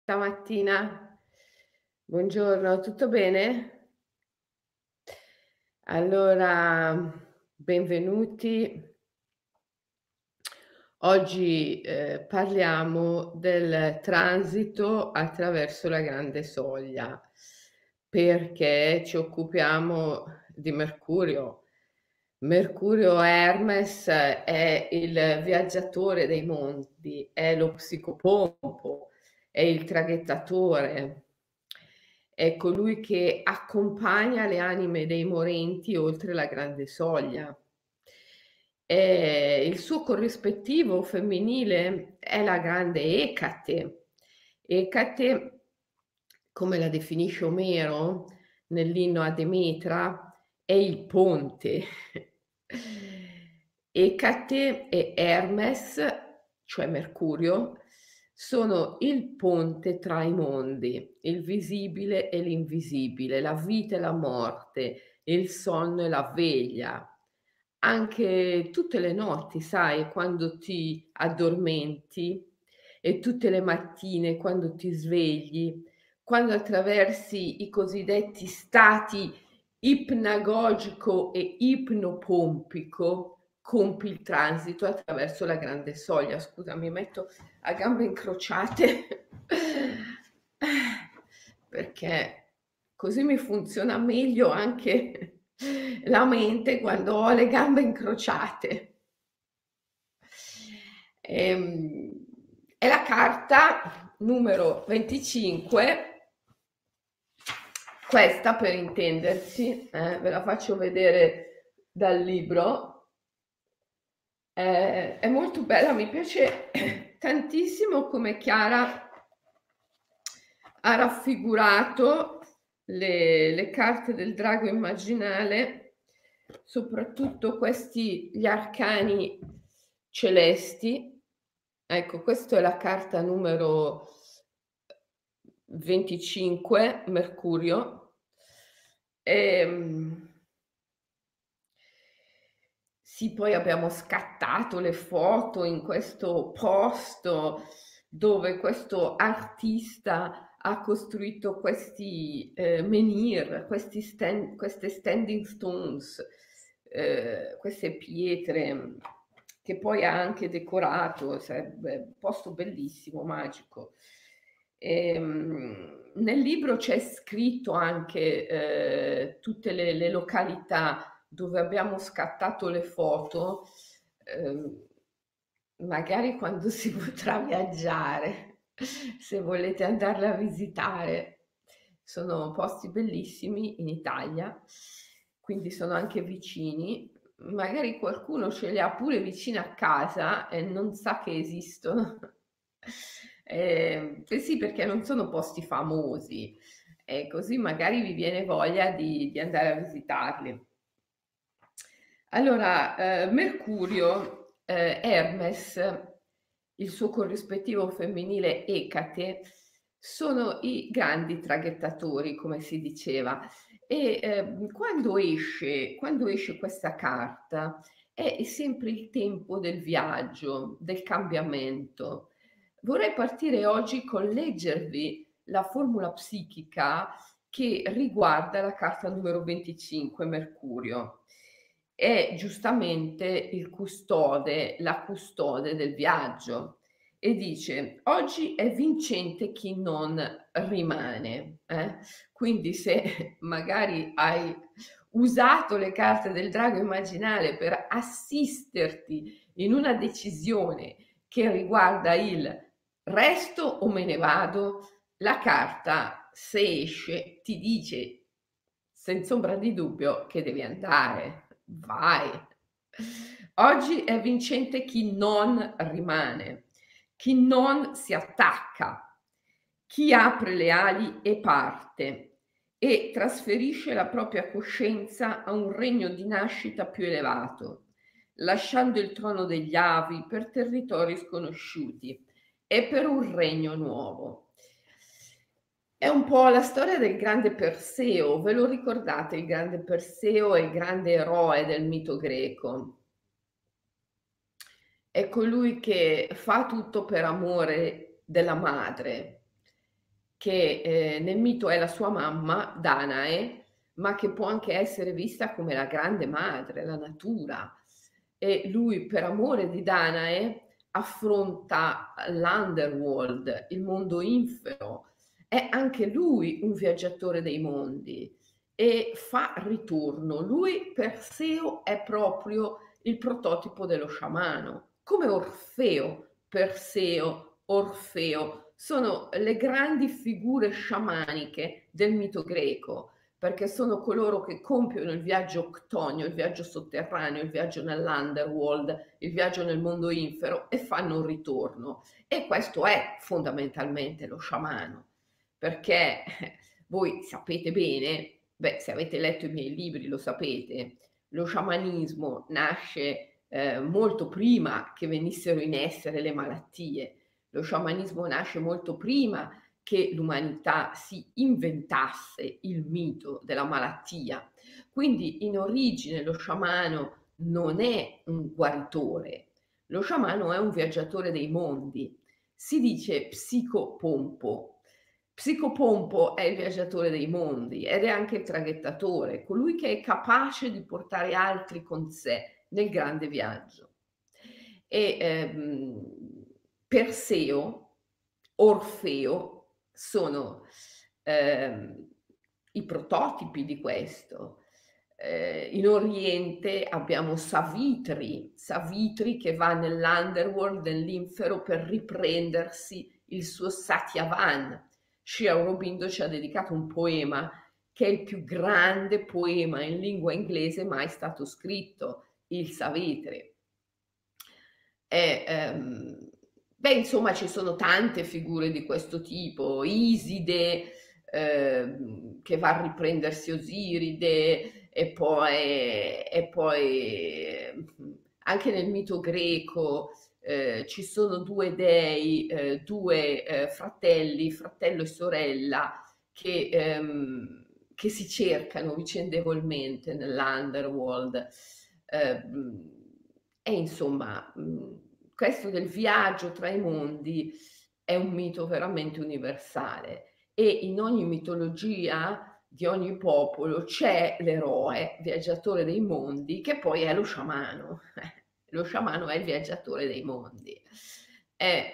Stamattina. Buongiorno, tutto bene? Allora, benvenuti. Oggi, parliamo del transito attraverso la grande soglia, perché ci occupiamo di Mercurio. Mercurio Hermes è il viaggiatore dei mondi, è lo psicopompo, è il traghettatore, è colui che accompagna le anime dei morenti oltre la grande soglia. Il suo corrispettivo femminile è la grande Ecate. Ecate, come la definisce Omero nell'inno a Demetra, è il ponte. Ecate e Hermes, cioè Mercurio, sono il ponte tra i mondi, il visibile e l'invisibile, la vita e la morte, il sonno e la veglia. Anche tutte le notti, sai, quando ti addormenti e tutte le mattine quando ti svegli, quando attraversi i cosiddetti stati ipnagogico e ipnopompico, compi il transito attraverso la grande soglia. Scusa, mi metto a gambe incrociate perché così mi funziona meglio anche la mente quando ho le gambe incrociate. Ehm, è la carta numero 25, questa per intenderci, ve la faccio vedere dal libro. È molto bella, mi piace tantissimo come Chiara ha raffigurato le carte del drago immaginale, soprattutto questi gli arcani celesti. Ecco, questa è la carta numero 25, Mercurio. Ehm, sì, poi abbiamo scattato le foto in questo posto dove questo artista ha costruito questi menhir, queste standing stones, queste pietre che poi ha anche decorato, sarebbe un posto bellissimo, magico. Nel libro c'è scritto anche tutte le località dove abbiamo scattato le foto, magari quando si potrà viaggiare, se volete andarle a visitare. Sono posti bellissimi in Italia, quindi sono anche vicini. Magari qualcuno ce li ha pure vicino a casa e non sa che esistono. Eh sì, perché non sono posti famosi e così magari vi viene voglia di andare a visitarli. Allora, Mercurio, Hermes, il suo corrispettivo femminile Ecate, sono i grandi traghettatori, come si diceva. E quando esce questa carta è sempre il tempo del viaggio, del cambiamento. Vorrei partire oggi con leggervi la formula psichica che riguarda la carta numero 25, Mercurio. È giustamente il custode, la custode del viaggio e dice: oggi è vincente chi non rimane. Quindi se magari hai usato le carte del drago immaginale per assisterti in una decisione che riguarda il resto o me ne vado, la carta, se esce, ti dice senza ombra di dubbio che devi andare. Vai. Oggi è vincente chi non rimane, chi non si attacca, chi apre le ali e parte e trasferisce la propria coscienza a un regno di nascita più elevato, lasciando il trono degli avi per territori sconosciuti e per un regno nuovo. È un po' la storia del grande Perseo, ve lo ricordate? Il grande Perseo è il grande eroe del mito greco. È colui che fa tutto per amore della madre che nel mito è la sua mamma, Danae, ma che può anche essere vista come la grande madre, la natura. E lui, per amore di Danae, affronta l'Underworld, il mondo infero. È anche lui un viaggiatore dei mondi e fa ritorno. Lui, Perseo, è proprio il prototipo dello sciamano, come Orfeo, Perseo, Orfeo, sono le grandi figure sciamaniche del mito greco, perché sono coloro che compiono il viaggio ctonio, il viaggio sotterraneo, il viaggio nell'underworld, il viaggio nel mondo infero e fanno un ritorno. E questo è fondamentalmente lo sciamano, perché voi sapete bene, beh, se avete letto i miei libri lo sapete, lo sciamanismo nasce molto prima che venissero in essere le malattie. Lo sciamanismo nasce molto prima che l'umanità si inventasse il mito della malattia. Quindi in origine lo sciamano non è un guaritore, lo sciamano è un viaggiatore dei mondi. Si dice psicopompo. Psicopompo è il viaggiatore dei mondi ed è anche il traghettatore, colui che è capace di portare altri con sé nel grande viaggio. E Perseo, Orfeo sono i prototipi di questo. In Oriente abbiamo Savitri, Savitri che va nell'underworld, nell'infero per riprendersi il suo Satyavan. Sri Aurobindo ci ha dedicato un poema che è il più grande poema in lingua inglese mai stato scritto, il Savitri. E, beh, insomma, ci sono tante figure di questo tipo, Iside, che va a riprendersi Osiride, e poi anche nel mito greco ci sono due dei, due fratelli, fratello e sorella, che si cercano vicendevolmente nell'underworld. Ehm, e insomma, questo del viaggio tra i mondi è un mito veramente universale e in ogni mitologia di ogni popolo c'è l'eroe, viaggiatore dei mondi, che poi è lo sciamano. Lo sciamano è il viaggiatore dei mondi. E,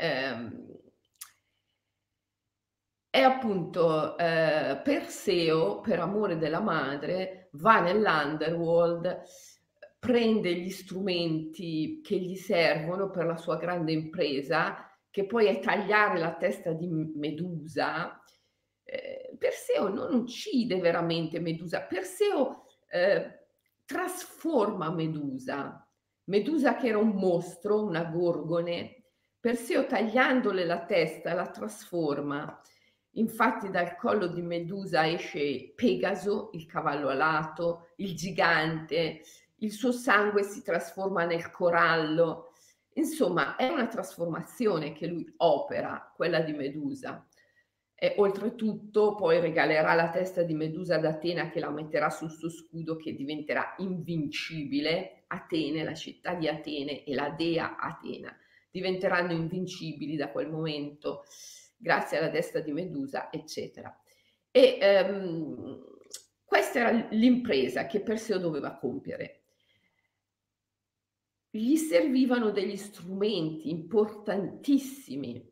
e appunto Perseo, per amore della madre, va nell'underworld, prende gli strumenti che gli servono per la sua grande impresa, che poi è tagliare la testa di Medusa. Perseo non uccide veramente Medusa, Perseo trasforma Medusa. Medusa che era un mostro, una gorgone, Perseo tagliandole la testa la trasforma. Infatti dal collo di Medusa esce Pegaso, il cavallo alato, il gigante, il suo sangue si trasforma nel corallo. Insomma, è una trasformazione che lui opera, quella di Medusa. E oltretutto poi regalerà la testa di Medusa ad Atena che la metterà sul suo scudo che diventerà invincibile. Atene, la città di Atene e la dea Atena diventeranno invincibili da quel momento grazie alla testa di Medusa, eccetera. E questa era l'impresa che Perseo doveva compiere. Gli servivano degli strumenti importantissimi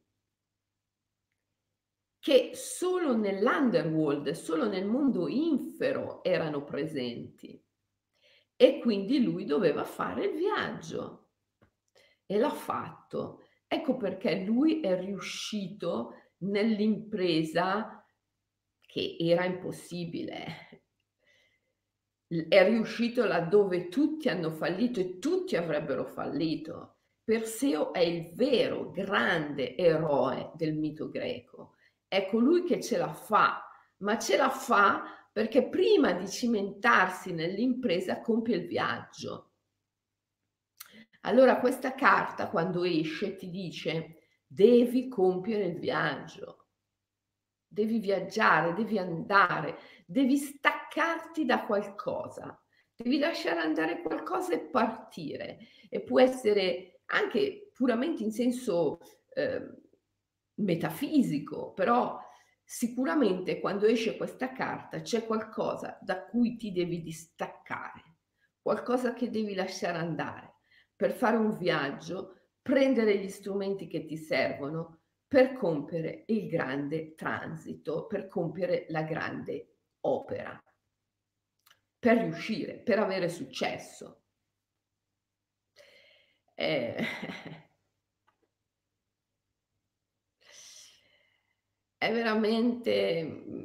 che solo nell'underworld, solo nel mondo infero erano presenti e quindi lui doveva fare il viaggio e l'ha fatto. Ecco perché lui è riuscito nell'impresa che era impossibile. È riuscito laddove tutti hanno fallito e tutti avrebbero fallito. Perseo è il vero grande eroe del mito greco. È colui che ce la fa, ma ce la fa perché prima di cimentarsi nell'impresa compie il viaggio. Allora questa carta quando esce ti dice devi compiere il viaggio, devi viaggiare, devi andare, devi staccarti da qualcosa, devi lasciare andare qualcosa e partire. E può essere anche puramente in senso metafisico, però Sicuramente quando esce questa carta c'è qualcosa da cui ti devi distaccare, qualcosa che devi lasciare andare per fare un viaggio, prendere gli strumenti che ti servono per compiere il grande transito, per compiere la grande opera, per riuscire, per avere successo. Eh, è veramente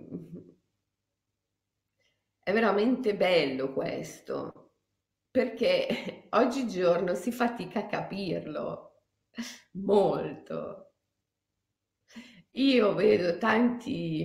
è veramente bello questo, perché oggigiorno si fatica a capirlo, molto. Io vedo tanti,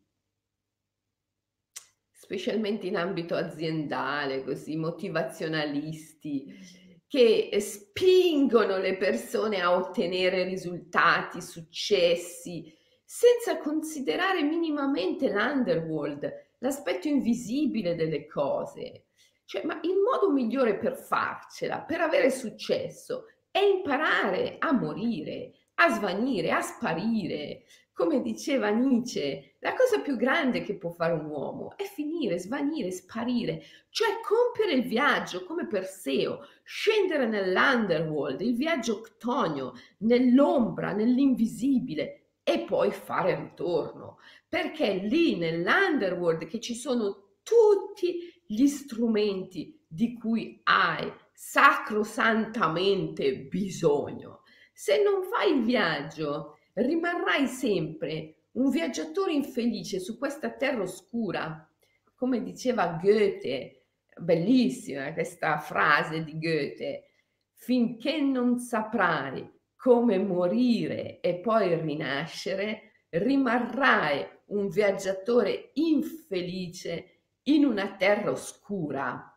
specialmente in ambito aziendale, così motivazionalisti, che spingono le persone a ottenere risultati, successi, senza considerare minimamente l'underworld, l'aspetto invisibile delle cose. Cioè, ma il modo migliore per farcela, per avere successo, è imparare a morire, a svanire, a sparire. Come diceva Nietzsche, la cosa più grande che può fare un uomo è finire, svanire, sparire, cioè compiere il viaggio come Perseo, scendere nell'underworld, il viaggio ctonio, nell'ombra, nell'invisibile e poi fare ritorno, perché è lì nell'underworld che ci sono tutti gli strumenti di cui hai sacrosantamente bisogno. Se non fai il viaggio, rimarrai sempre un viaggiatore infelice su questa terra oscura, come diceva Goethe, bellissima questa frase di Goethe, finché non saprai come morire e poi rinascere, rimarrai un viaggiatore infelice in una terra oscura.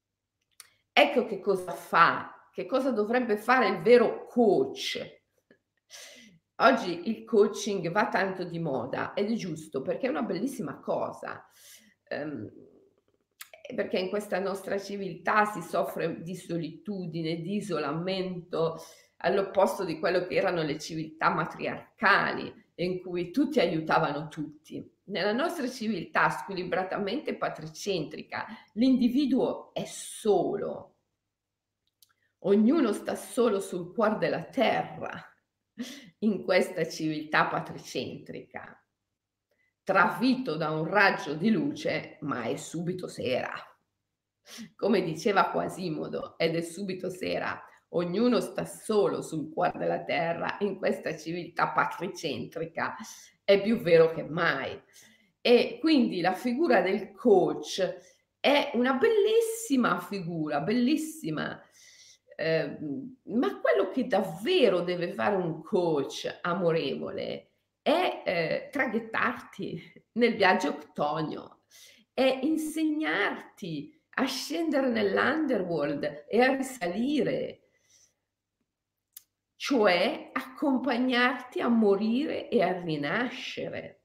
Ecco che cosa fa, che cosa dovrebbe fare il vero coach. Oggi il coaching va tanto di moda ed è giusto perché è una bellissima cosa, ehm, perché in questa nostra civiltà si soffre di solitudine, di isolamento, all'opposto di quello che erano le civiltà matriarcali, in cui tutti aiutavano tutti. Nella nostra civiltà squilibratamente patricentrica, l'individuo è solo, ognuno sta solo sul cuor della terra in questa civiltà patricentrica, trafitto da un raggio di luce, ma è subito sera. Come diceva Quasimodo, ed è subito sera. Ognuno sta solo sul cuore della terra in questa civiltà patricentrica, è più vero che mai. E quindi la figura del coach è una bellissima figura, bellissima. Ma quello che davvero deve fare un coach amorevole è traghettarti nel viaggio ctonio, è insegnarti a scendere nell'underworld e a risalire, cioè accompagnarti a morire e a rinascere.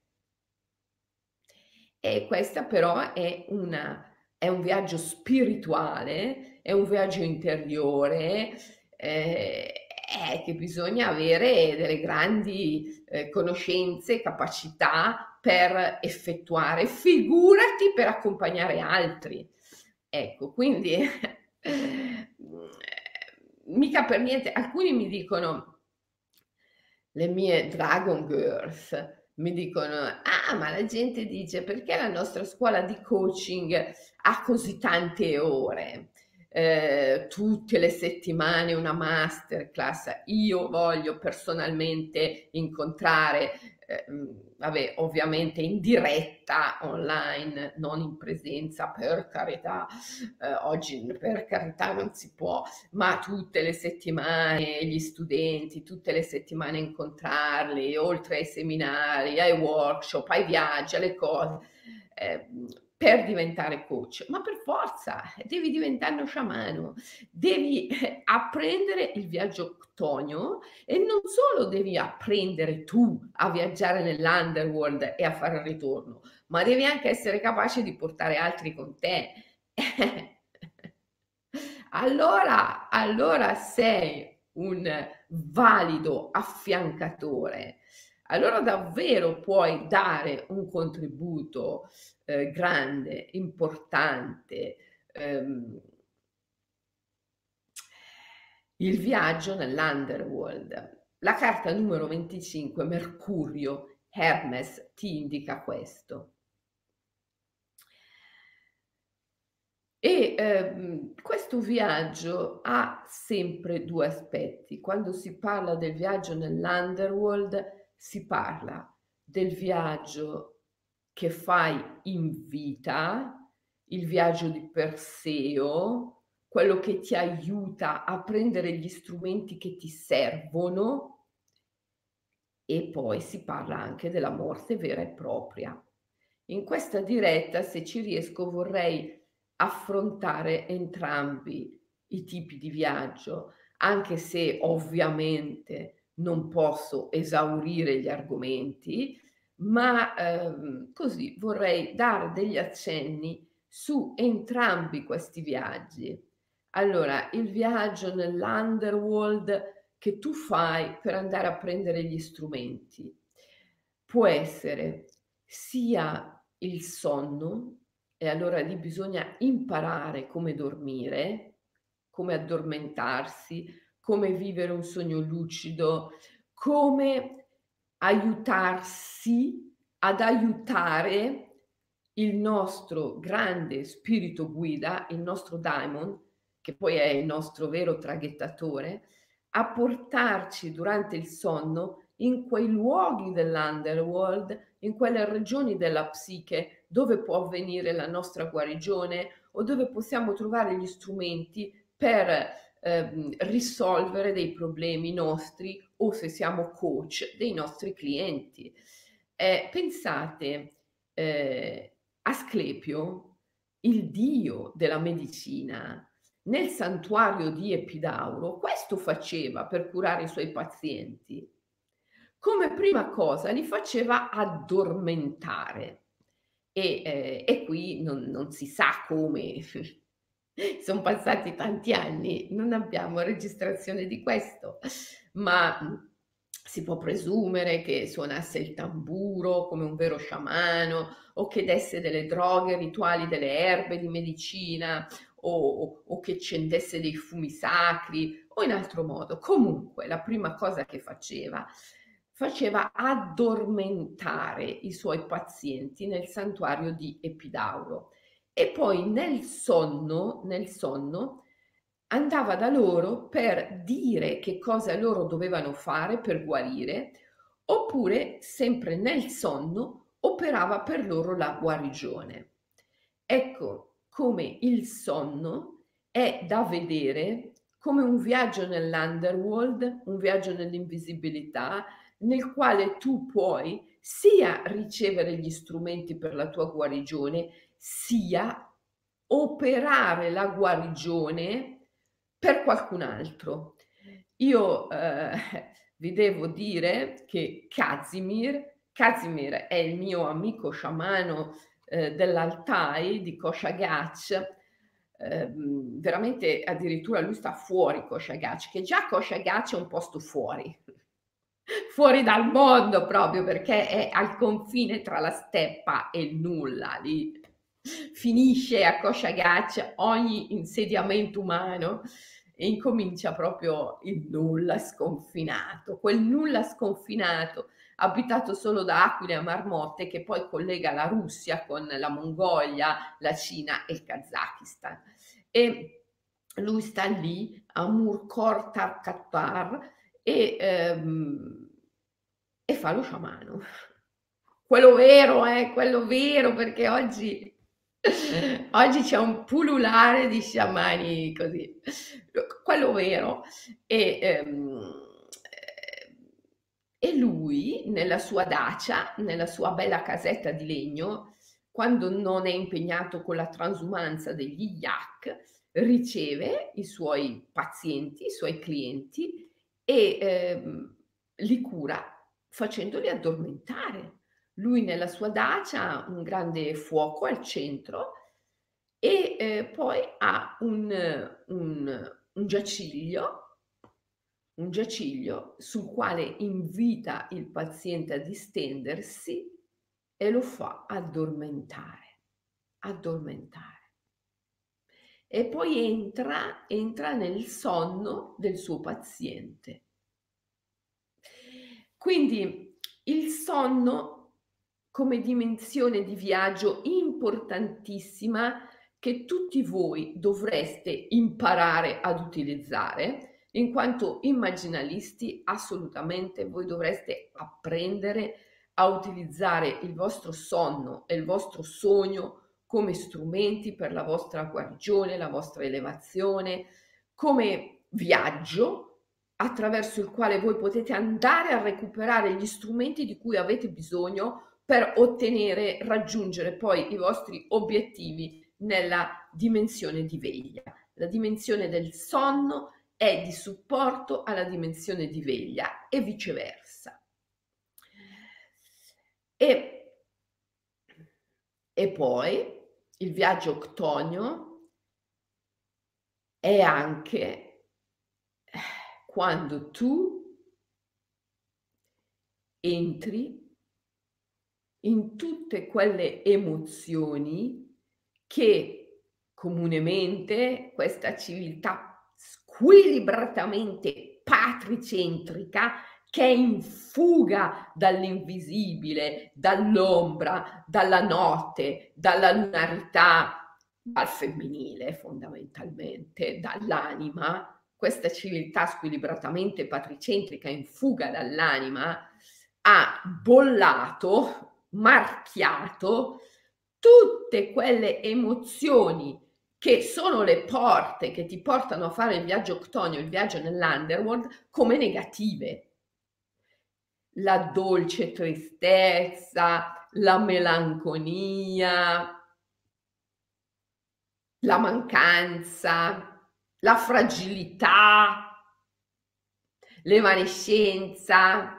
E questa però è un viaggio spirituale, è un viaggio interiore, che bisogna avere delle grandi, conoscenze, capacità per effettuare, figurati per accompagnare altri. Ecco, quindi mica per niente alcuni mi dicono le mie Dragon Girls mi dicono: "Ah, ma la gente dice: "Perché la nostra scuola di coaching ha così tante ore? Tutte le settimane una masterclass". Io voglio personalmente incontrare, vabbè, ovviamente in diretta online, non in presenza, per carità, oggi per carità non si può, ma tutte le settimane gli studenti, tutte le settimane incontrarli, oltre ai seminari, ai workshop, ai viaggi, alle cose, per diventare coach. Ma per forza, devi diventare uno sciamano, devi apprendere il viaggio ctonio e non solo devi apprendere tu a viaggiare nell'underworld e a fare il ritorno, ma devi anche essere capace di portare altri con te. Allora sei un valido affiancatore, allora davvero puoi dare un contributo, grande, importante. Ehm, il viaggio nell'underworld. La carta numero 25, Mercurio, Hermes, ti indica questo. E, questo viaggio ha sempre 2 aspetti. Quando si parla del viaggio nell'underworld, si parla del viaggio che fai in vita, il viaggio di Perseo, quello che ti aiuta a prendere gli strumenti che ti servono, e poi si parla anche della morte vera e propria. In questa diretta, se ci riesco, vorrei affrontare entrambi i tipi di viaggio, anche se ovviamente non posso esaurire gli argomenti, ma, così vorrei dare degli accenni su entrambi questi viaggi. Allora, il viaggio nell'underworld che tu fai per andare a prendere gli strumenti può essere sia il sonno, e allora lì bisogna imparare come dormire, come addormentarsi, come vivere un sogno lucido, come aiutarsi ad aiutare il nostro grande spirito guida, il nostro daimon, che poi è il nostro vero traghettatore, a portarci durante il sonno in quei luoghi dell'underworld, in quelle regioni della psiche dove può avvenire la nostra guarigione o dove possiamo trovare gli strumenti per risolvere dei problemi nostri o, se siamo coach, dei nostri clienti. Pensate, Asclepio, il dio della medicina, nel santuario di Epidauro, questo faceva per curare i suoi pazienti. Come prima cosa li faceva addormentare e qui non si sa come, son passati tanti anni, non abbiamo registrazione di questo, ma, si può presumere che suonasse il tamburo come un vero sciamano o che desse delle droghe rituali, delle erbe di medicina o che accendesse dei fumi sacri o in altro modo. Comunque la prima cosa che faceva addormentare i suoi pazienti nel santuario di Epidauro e poi nel sonno andava da loro per dire che cosa loro dovevano fare per guarire, oppure sempre nel sonno operava per loro la guarigione. Ecco come il sonno è da vedere come un viaggio nell'underworld, un viaggio nell'invisibilità, nel quale tu puoi sia ricevere gli strumenti per la tua guarigione, sia operare la guarigione per qualcun altro. Io, vi devo dire che Kazimir è il mio amico sciamano, dell'Altai, di Koshagach, veramente addirittura lui sta fuori Koshagach, che già Koshagach è un posto fuori, fuori dal mondo proprio perché è al confine tra la steppa e il nulla, lì finisce a Koshagach ogni insediamento umano e incomincia proprio il nulla sconfinato, quel nulla sconfinato abitato solo da aquile e marmotte che poi collega la Russia con la Mongolia, la Cina e il Kazakistan. E lui sta lì a Murkor Tarkatar e fa lo sciamano. Quello vero, perché oggi c'è un pullulare di sciamani così. Quello vero. E, e lui nella sua dacia, nella sua bella casetta di legno, quando non è impegnato con la transumanza degli yak, riceve i suoi pazienti, i suoi clienti e, li cura facendoli addormentare. Lui nella sua dacia ha un grande fuoco al centro e, poi ha un giaciglio un giaciglio sul quale invita il paziente a distendersi e lo fa addormentare, addormentare. E poi entra nel sonno del suo paziente. Quindi il sonno come dimensione di viaggio importantissima che tutti voi dovreste imparare ad utilizzare, in quanto immaginalisti assolutamente voi dovreste apprendere a utilizzare il vostro sonno e il vostro sogno come strumenti per la vostra guarigione, la vostra elevazione, come viaggio attraverso il quale voi potete andare a recuperare gli strumenti di cui avete bisogno per ottenere, raggiungere poi i vostri obiettivi nella dimensione di veglia. La dimensione del sonno è di supporto alla dimensione di veglia e viceversa. E poi il viaggio octonio è anche quando tu entri in tutte quelle emozioni che comunemente questa civiltà squilibratamente patricentrica, che è in fuga dall'invisibile, dall'ombra, dalla notte, dalla lunarità, dal femminile fondamentalmente, dall'anima, questa civiltà squilibratamente patricentrica in fuga dall'anima ha bollato, marchiato tutte quelle emozioni che sono le porte che ti portano a fare il viaggio octonio, il viaggio nell'underworld, come negative. La dolce tristezza, la melanconia, la mancanza, la fragilità, l'evanescenza,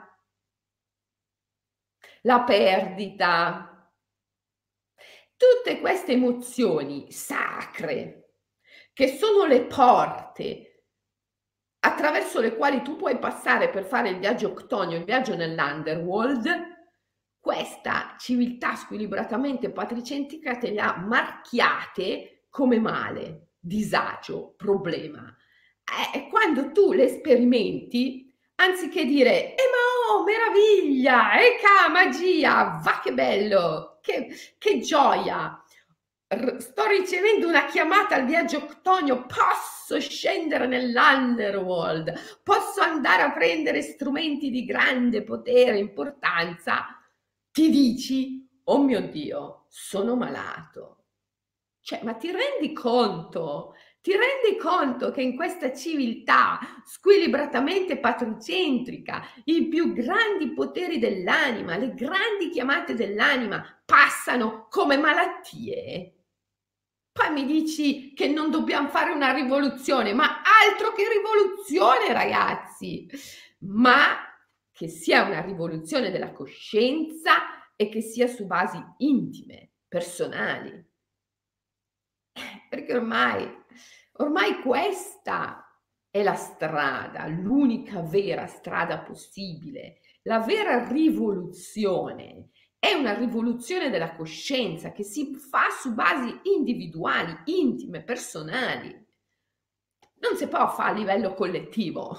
la perdita, tutte queste emozioni sacre che sono le porte attraverso le quali tu puoi passare per fare il viaggio octonio, il viaggio nell'underworld, questa civiltà squilibratamente patricentrica te le ha marchiate come male, disagio, problema. Quando tu le sperimenti, anziché dire ma oh, meraviglia, eca magia, va che bello, che gioia, sto ricevendo una chiamata al viaggio octonio, posso scendere nell'underworld, posso andare a prendere strumenti di grande potere, importanza, ti dici, oh mio Dio, sono malato. Cioè, ma ti rendi conto? Ti rendi conto che in questa civiltà squilibratamente patricentrica i più grandi poteri dell'anima, le grandi chiamate dell'anima passano come malattie? Poi mi dici che non dobbiamo fare una rivoluzione, ma altro che rivoluzione, ragazzi! Ma che sia una rivoluzione della coscienza e che sia su basi intime, personali. Perché ormai questa è la strada, l'unica vera strada possibile. La vera rivoluzione è una rivoluzione della coscienza che si fa su basi individuali, intime, personali. Non si può fare a livello collettivo.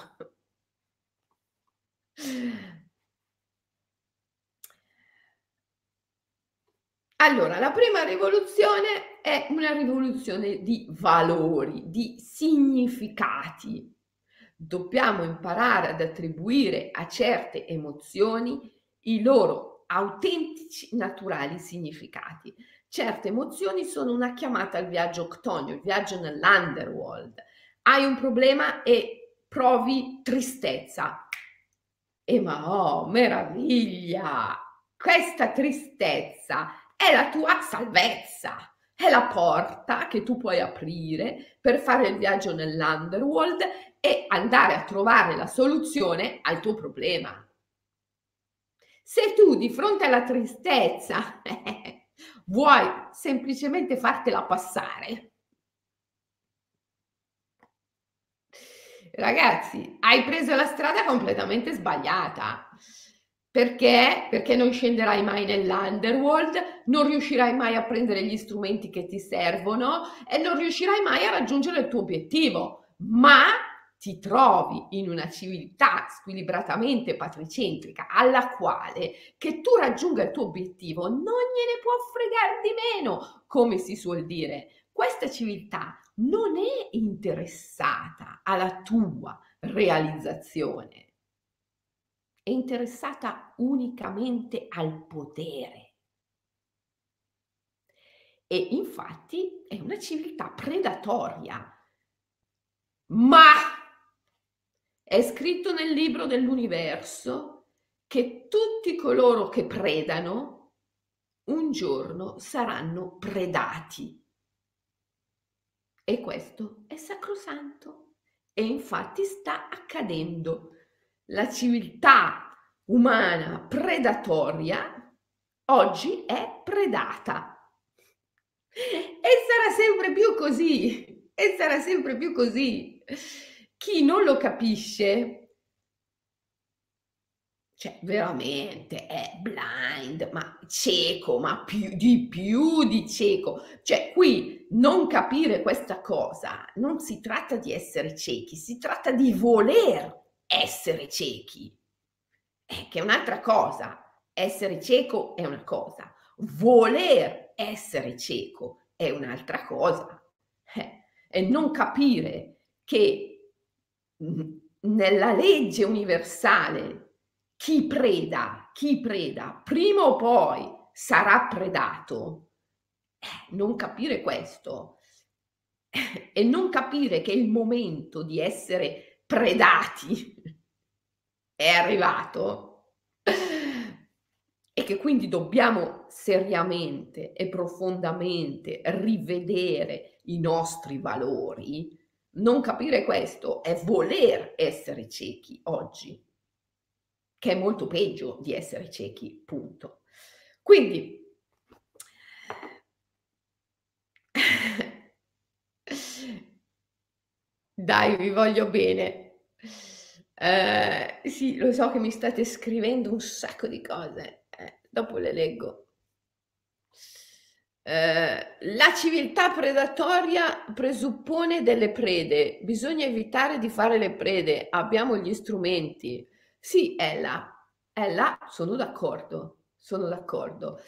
Allora, la prima rivoluzione è una rivoluzione di valori, di significati. Dobbiamo imparare ad attribuire a certe emozioni i loro autentici, naturali significati. Certe emozioni sono una chiamata al viaggio octonio, il viaggio nell'underworld. Hai un problema e provi tristezza. E ma oh, meraviglia! Questa tristezza è la tua salvezza, è la porta che tu puoi aprire per fare il viaggio nell'underworld e andare a trovare la soluzione al tuo problema. Se tu di fronte alla tristezza vuoi semplicemente fartela passare, Ragazzi, hai preso la strada completamente sbagliata. Perché? Perché non scenderai mai nell'underworld, non riuscirai mai a prendere gli strumenti che ti servono e non riuscirai mai a raggiungere il tuo obiettivo, ma ti trovi in una civiltà squilibratamente patricentrica alla quale che tu raggiunga il tuo obiettivo non gliene può fregare di meno, come si suol dire. Questa civiltà non è interessata alla tua realizzazione, è interessata unicamente al potere. E infatti è una civiltà predatoria, ma è scritto nel libro dell'universo che tutti coloro che predano un giorno saranno predati. E questo è sacrosanto. E infatti sta accadendo. La civiltà umana predatoria oggi è predata. E sarà sempre più così. E sarà sempre più così. Chi non lo capisce, cioè veramente è blind, ma cieco, ma più di cieco. Cioè qui non capire questa cosa, non si tratta di essere ciechi, si tratta di voler essere ciechi, che è un'altra cosa. Essere cieco è una cosa, voler essere cieco è un'altra cosa. E non capire che nella legge universale chi preda, prima o poi sarà predato. Non capire questo e non capire che il momento di essere predati è arrivato e che quindi dobbiamo seriamente e profondamente rivedere i nostri valori. Non capire questo è voler essere ciechi oggi, che è molto peggio di essere ciechi, punto. Quindi dai, vi voglio bene. Sì, lo so che mi state scrivendo un sacco di cose, dopo le leggo. La civiltà predatoria presuppone delle prede, bisogna evitare di fare le prede, abbiamo gli strumenti. Sì, Ella, sono d'accordo, sono d'accordo.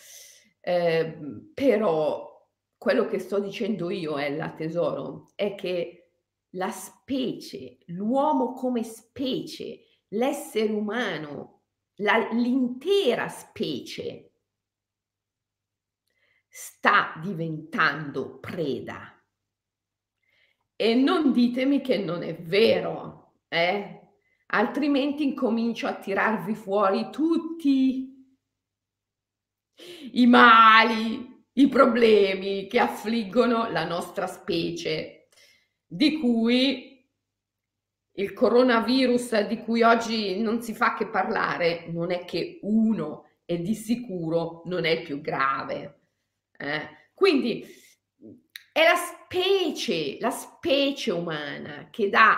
Però quello che sto dicendo io, Ella, tesoro, è che la specie, l'uomo come specie, l'essere umano, l'intera specie sta diventando preda. E non ditemi che non è vero, altrimenti incomincio a tirarvi fuori tutti i mali, i problemi che affliggono la nostra specie, di cui il coronavirus, di cui oggi non si fa che parlare, non è che uno e di sicuro non è il più grave. Quindi è la specie umana che da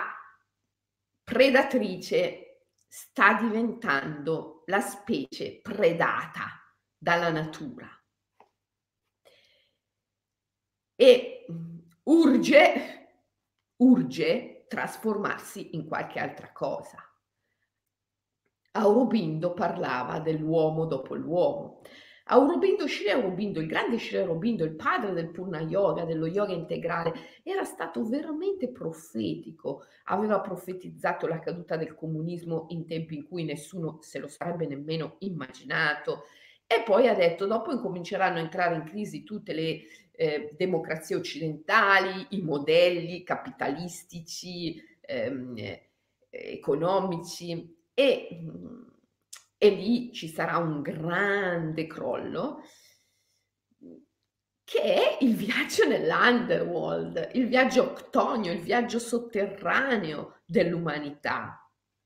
predatrice sta diventando la specie predata dalla natura. E urge trasformarsi in qualche altra cosa. Aurobindo parlava dell'uomo dopo l'uomo. Sri Aurobindo, il grande Sri Aurobindo, il padre del Purna Yoga, dello yoga integrale, era stato veramente profetico. Aveva profetizzato la caduta del comunismo in tempi in cui nessuno se lo sarebbe nemmeno immaginato. E poi ha detto, dopo incominceranno a entrare in crisi tutte le democrazie occidentali, i modelli capitalistici, economici e lì ci sarà un grande crollo che è il viaggio nell'underworld, il viaggio octonio, il viaggio sotterraneo dell'umanità.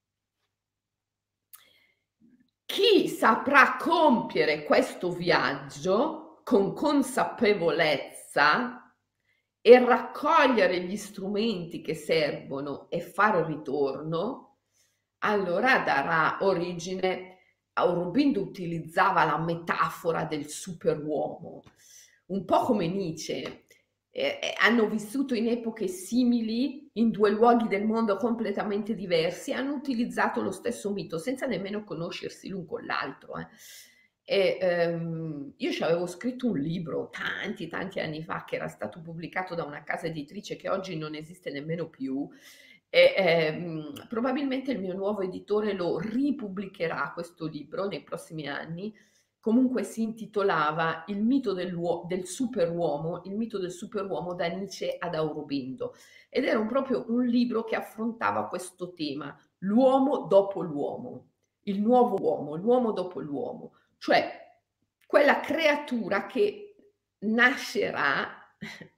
Chi saprà compiere questo viaggio con consapevolezza e raccogliere gli strumenti che servono e fare ritorno, allora darà origine. Aurobindo utilizzava la metafora del superuomo, un po' come Nietzsche. Hanno vissuto in epoche simili, in due luoghi del mondo completamente diversi, hanno utilizzato lo stesso mito senza nemmeno conoscersi l'un con l'altro. Io ci avevo scritto un libro tanti anni fa, che era stato pubblicato da una casa editrice che oggi non esiste nemmeno più, e probabilmente il mio nuovo editore lo ripubblicherà questo libro nei prossimi anni. Comunque si intitolava Il mito del superuomo, il mito del superuomo da Nietzsche ad Aurobindo, ed era proprio un libro che affrontava questo tema, l'uomo dopo l'uomo, il nuovo uomo, l'uomo dopo l'uomo, cioè quella creatura che nascerà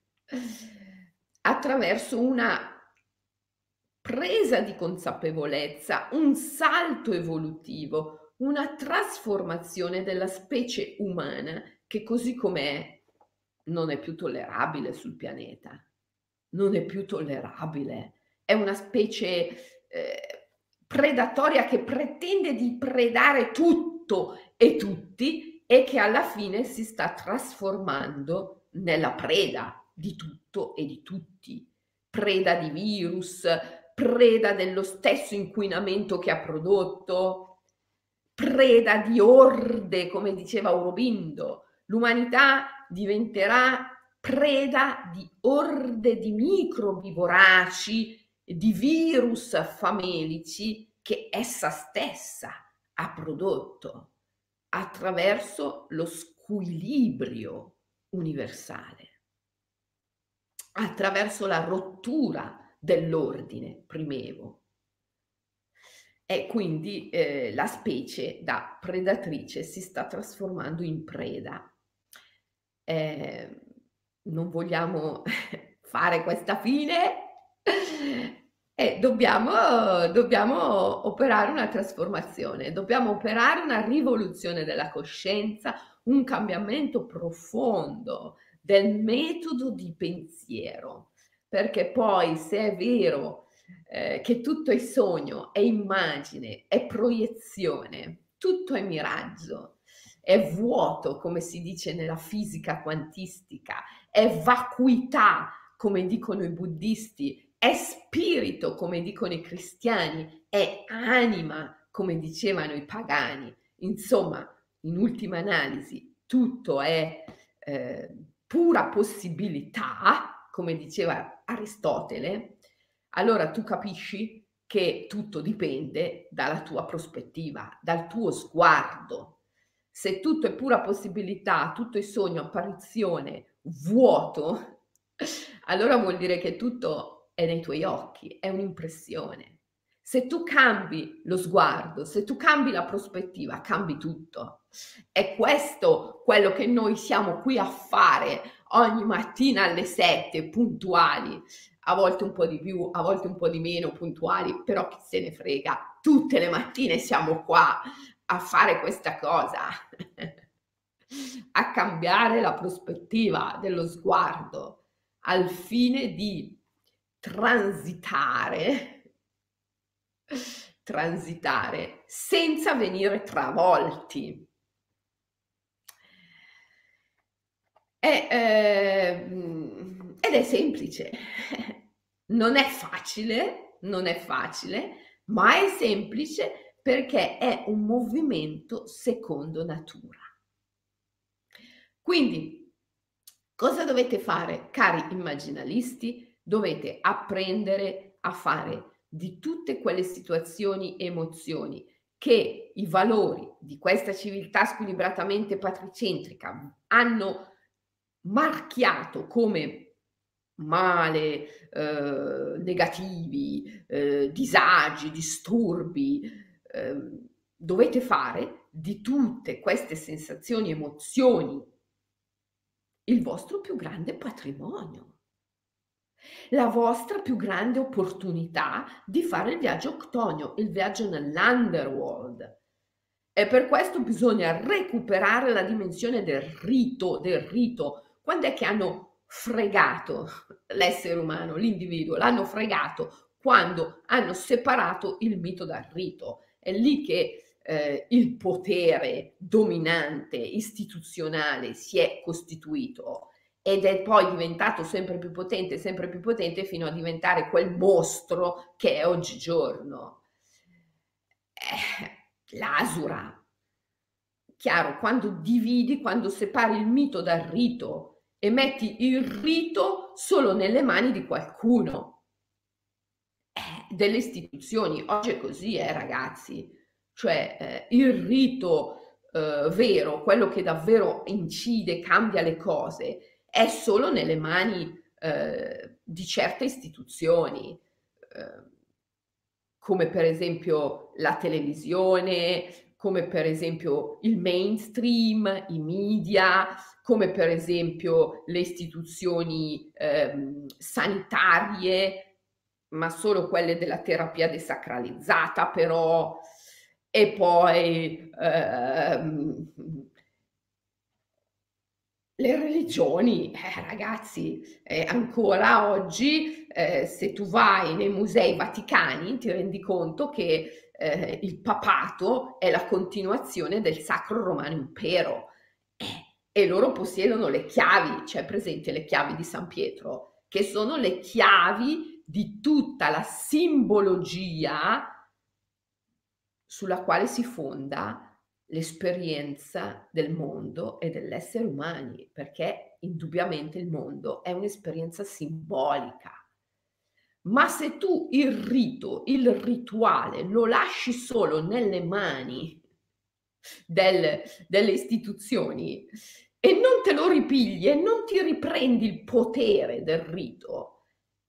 attraverso una presa di consapevolezza, un salto evolutivo, una trasformazione della specie umana che così com'è non è più tollerabile sul pianeta, non è più tollerabile. È una specie predatoria che pretende di predare tutto e tutti e che alla fine si sta trasformando nella preda di tutto e di tutti, preda di virus, preda dello stesso inquinamento che ha prodotto, preda di orde, come diceva Aurobindo. L'umanità diventerà preda di orde di microbi voraci, di virus famelici che essa stessa ha prodotto attraverso lo squilibrio universale, attraverso la rottura dell'ordine primevo. E quindi la specie da predatrice si sta trasformando in preda. Non vogliamo fare questa fine e dobbiamo operare una trasformazione, dobbiamo operare una rivoluzione della coscienza, un cambiamento profondo del metodo di pensiero, perché poi se è vero che tutto è sogno, è immagine, è proiezione, tutto è miraggio, è vuoto, come si dice nella fisica quantistica, è vacuità, come dicono i buddisti, è spirito, come dicono i cristiani, è anima, come dicevano i pagani. Insomma, in ultima analisi, tutto è pura possibilità, come diceva Aristotele. Allora tu capisci che tutto dipende dalla tua prospettiva, dal tuo sguardo. Se tutto è pura possibilità, tutto è sogno, apparizione, vuoto, allora vuol dire che tutto è nei tuoi occhi, è un'impressione. Se tu cambi lo sguardo, se tu cambi la prospettiva, cambi tutto. È questo quello che noi siamo qui a fare ogni mattina alle 7, puntuali, a volte un po' di più, a volte un po' di meno puntuali, però chi se ne frega, tutte le mattine siamo qua a fare questa cosa, a cambiare la prospettiva dello sguardo al fine di transitare senza venire travolti. Ed è semplice, non è facile, ma è semplice perché è un movimento secondo natura. Quindi, cosa dovete fare, cari immaginalisti? Dovete apprendere a fare di tutte quelle situazioni e emozioni che i valori di questa civiltà squilibratamente patricentrica hanno marchiato come male, negativi, disagi, disturbi. Dovete fare di tutte queste sensazioni, emozioni, il vostro più grande patrimonio, la vostra più grande opportunità di fare il viaggio octonio, il viaggio nell'underworld. E per questo bisogna recuperare la dimensione del rito. Quando è che hanno fregato l'essere umano, l'individuo, l'hanno fregato quando hanno separato il mito dal rito. È lì che il potere dominante, istituzionale si è costituito ed è poi diventato sempre più potente fino a diventare quel mostro che è oggigiorno. L'asura. Chiaro, quando dividi, quando separi il mito dal rito e metti il rito solo nelle mani di qualcuno, delle istituzioni. Oggi è così, ragazzi. Cioè, il rito vero, quello che davvero incide, cambia le cose, è solo nelle mani di certe istituzioni, come per esempio la televisione, come per esempio il mainstream, i media, come per esempio le istituzioni sanitarie, ma solo quelle della terapia desacralizzata però, e poi le religioni, ragazzi, ancora oggi, se tu vai nei musei vaticani ti rendi conto che il papato è la continuazione del Sacro Romano Impero e loro possiedono le chiavi, cioè presente le chiavi di San Pietro, che sono le chiavi di tutta la simbologia sulla quale si fonda l'esperienza del mondo e dell'essere umani, perché indubbiamente il mondo è un'esperienza simbolica. Ma se tu il rito, il rituale lo lasci solo nelle mani delle istituzioni e non te lo ripigli e non ti riprendi il potere del rito,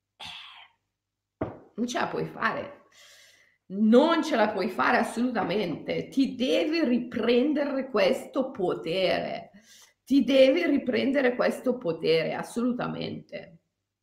non ce la puoi fare. Non ce la puoi fare assolutamente. Ti devi riprendere questo potere. Ti devi riprendere questo potere, assolutamente.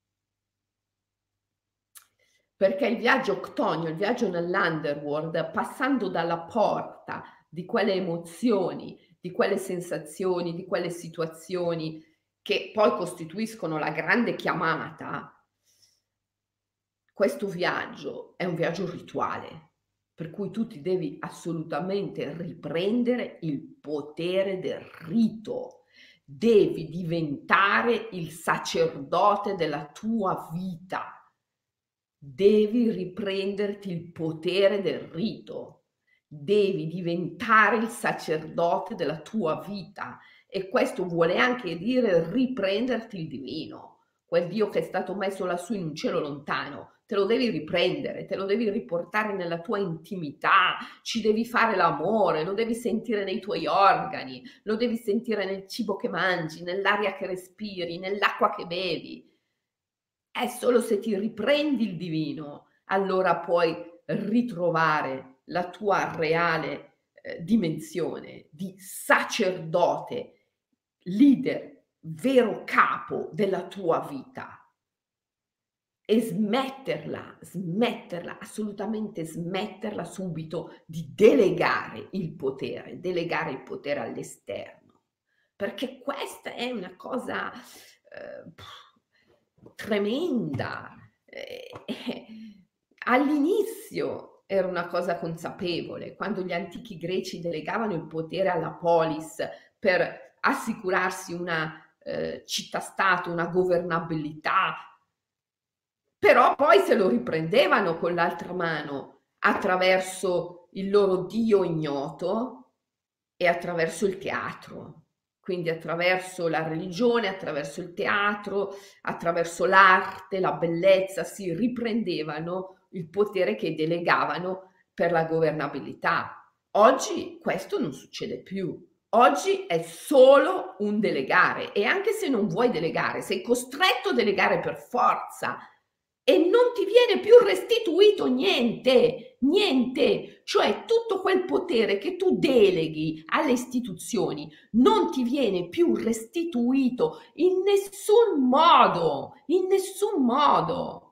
Perché il viaggio Ctonio, il viaggio nell'underworld, passando dalla porta di quelle emozioni, di quelle sensazioni, di quelle situazioni che poi costituiscono la grande chiamata, questo viaggio è un viaggio rituale, per cui tu ti devi assolutamente riprendere il potere del rito. Devi diventare il sacerdote della tua vita. Devi riprenderti il potere del rito. Devi diventare il sacerdote della tua vita. E questo vuole anche dire riprenderti il divino, quel Dio che è stato messo lassù in un cielo lontano. Te lo devi riprendere, te lo devi riportare nella tua intimità, ci devi fare l'amore, lo devi sentire nei tuoi organi, lo devi sentire nel cibo che mangi, nell'aria che respiri, nell'acqua che bevi. È solo se ti riprendi il divino, allora puoi ritrovare la tua reale dimensione di sacerdote, leader, vero capo della tua vita. E smetterla, assolutamente smetterla subito di delegare il potere all'esterno, perché questa è una cosa tremenda. All'inizio era una cosa consapevole, quando gli antichi greci delegavano il potere alla polis per assicurarsi una città-stato, una governabilità, però poi se lo riprendevano con l'altra mano attraverso il loro dio ignoto e attraverso il teatro, quindi attraverso la religione, attraverso il teatro, attraverso l'arte, la bellezza, si riprendevano il potere che delegavano per la governabilità. Oggi questo non succede più. Oggi è solo un delegare e anche se non vuoi delegare, sei costretto a delegare per forza e non ti viene più restituito niente, niente, cioè tutto quel potere che tu deleghi alle istituzioni non ti viene più restituito in nessun modo, in nessun modo.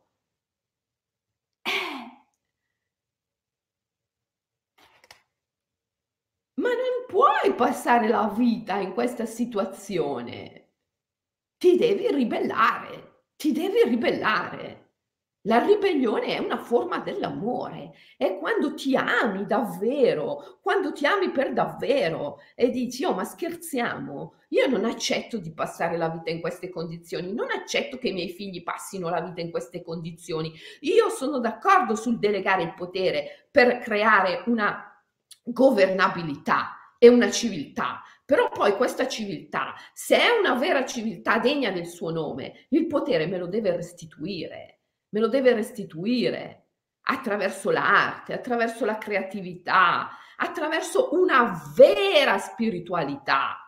Ma non puoi passare la vita in questa situazione. ti devi ribellare, ti devi ribellare. La ribellione è una forma dell'amore, è quando ti ami davvero, quando ti ami per davvero e dici: "Oh, ma scherziamo? Io non accetto di passare la vita in queste condizioni, non accetto che i miei figli passino la vita in queste condizioni. Io sono d'accordo sul delegare il potere per creare una governabilità e una civiltà, però poi questa civiltà, se è una vera civiltà degna del suo nome, il potere me lo deve restituire attraverso l'arte, attraverso la creatività, attraverso una vera spiritualità.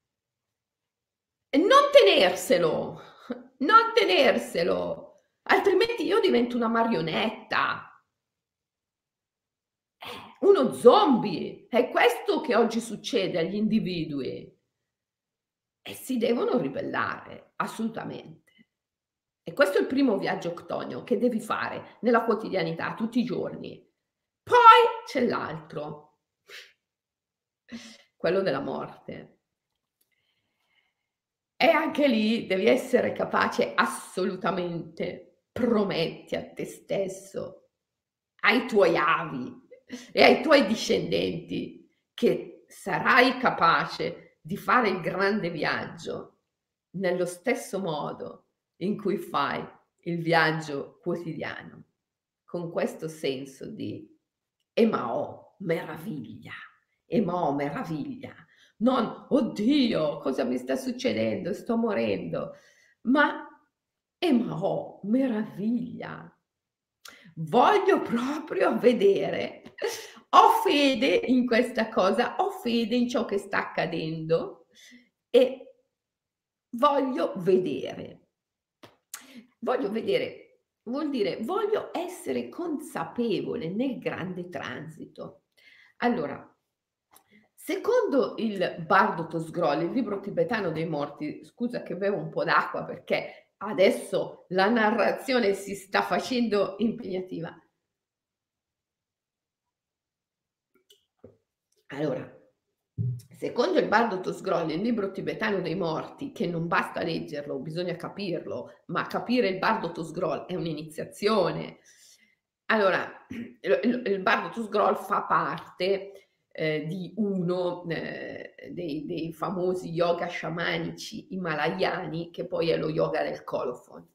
E non tenerselo, non tenerselo, altrimenti io divento una marionetta, uno zombie. È questo che oggi succede agli individui e si devono ribellare, assolutamente. E questo è il primo viaggio octonio che devi fare nella quotidianità, tutti i giorni. Poi c'è l'altro, quello della morte. E anche lì devi essere capace assolutamente, prometti a te stesso, ai tuoi avi e ai tuoi discendenti che sarai capace di fare il grande viaggio nello stesso modo in cui fai il viaggio quotidiano, con questo senso di "Emao, meraviglia, Emao, meraviglia". Non: "Oddio, cosa mi sta succedendo? Sto morendo", ma "Emao, meraviglia". Voglio proprio vedere, ho fede in questa cosa, ho fede in ciò che sta accadendo e voglio vedere. Voglio vedere vuol dire voglio essere consapevole nel grande transito. Allora, secondo il Bardo Tosgrol, il libro tibetano dei morti, scusa che bevo un po' d'acqua perché adesso la narrazione si sta facendo impegnativa. Allora, secondo il Bardo Tosgrol, il libro tibetano dei morti, che non basta leggerlo, bisogna capirlo, ma capire il Bardo Tosgrol è un'iniziazione. Allora, il Bardo Tosgrol fa parte di uno dei famosi yoga sciamanici himalayani, che poi è lo yoga del colophon.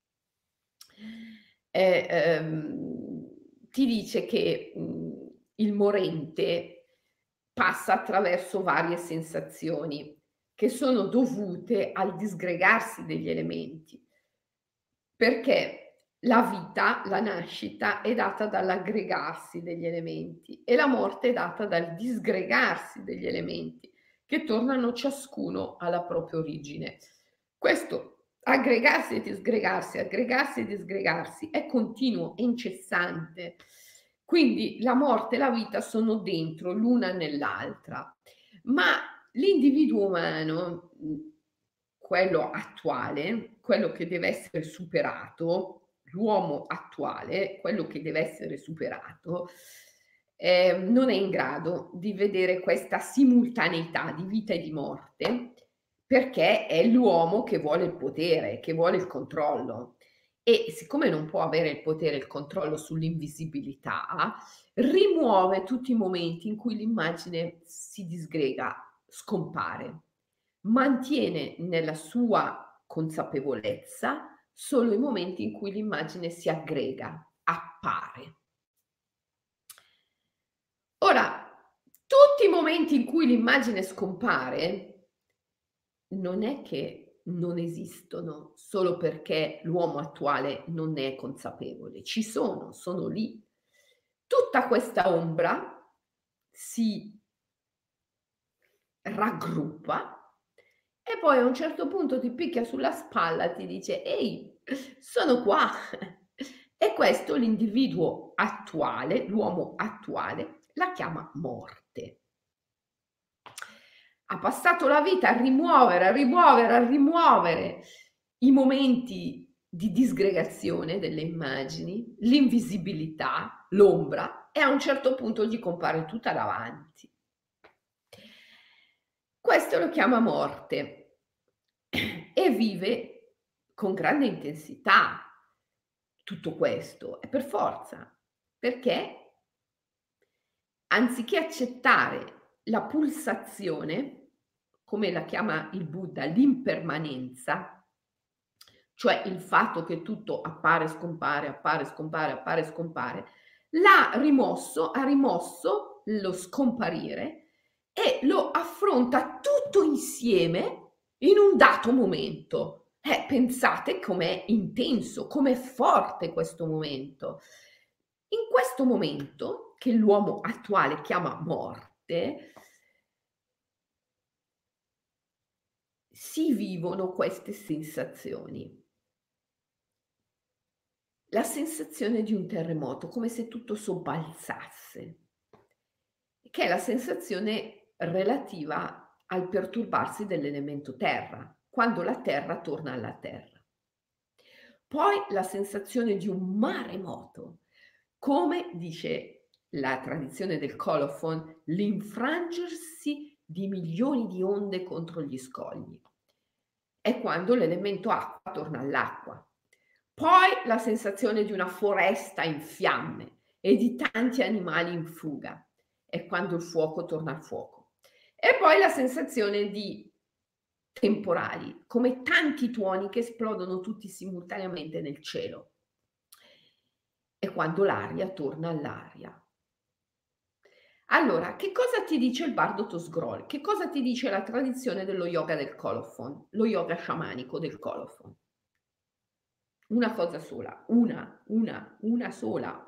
E, ti dice che il morente passa attraverso varie sensazioni che sono dovute al disgregarsi degli elementi, perché la vita, la nascita è data dall'aggregarsi degli elementi e la morte è data dal disgregarsi degli elementi che tornano ciascuno alla propria origine. Questo aggregarsi e disgregarsi è continuo, è incessante. Quindi la morte e la vita sono dentro l'una nell'altra, ma l'individuo umano, quello attuale, quello che deve essere superato, l'uomo attuale, quello che deve essere superato, non è in grado di vedere questa simultaneità di vita e di morte, perché è l'uomo che vuole il potere, che vuole il controllo. E siccome non può avere il potere e il controllo sull'invisibilità, rimuove tutti i momenti in cui l'immagine si disgrega, scompare. Mantiene nella sua consapevolezza solo i momenti in cui l'immagine si aggrega, appare. Ora, tutti i momenti in cui l'immagine scompare non è che non esistono solo perché l'uomo attuale non ne è consapevole, ci sono lì. Tutta questa ombra si raggruppa e poi a un certo punto ti picchia sulla spalla e ti dice: "Ehi, sono qua". E questo l'individuo attuale, l'uomo attuale, la chiama morte. Ha passato la vita a rimuovere, a rimuovere, a rimuovere i momenti di disgregazione delle immagini, l'invisibilità, l'ombra e a un certo punto gli compare tutta davanti. Questo lo chiama morte. E e vive con grande intensità tutto questo, e per forza, perché anziché accettare la pulsazione, come la chiama il Buddha, l'impermanenza, cioè il fatto che tutto appare, scompare, appare, scompare, appare, scompare, ha rimosso lo scomparire e lo affronta tutto insieme in un dato momento. Pensate com'è intenso, com'è forte questo momento. In questo momento, che l'uomo attuale chiama morte, si vivono queste sensazioni. La sensazione di un terremoto, come se tutto sobbalzasse, che è la sensazione relativa al perturbarsi dell'elemento terra, quando la terra torna alla terra. Poi la sensazione di un maremoto, come dice la tradizione del colophon, l'infrangersi di milioni di onde contro gli scogli. È quando l'elemento acqua torna all'acqua. Poi la sensazione di una foresta in fiamme e di tanti animali in fuga. È quando il fuoco torna al fuoco. E poi la sensazione di temporali, come tanti tuoni che esplodono tutti simultaneamente nel cielo. È quando l'aria torna all'aria. Allora, che cosa ti dice il bardo Tosgrol? Che cosa ti dice la tradizione dello yoga del colophon, lo yoga sciamanico del colophon? Una cosa sola, una sola,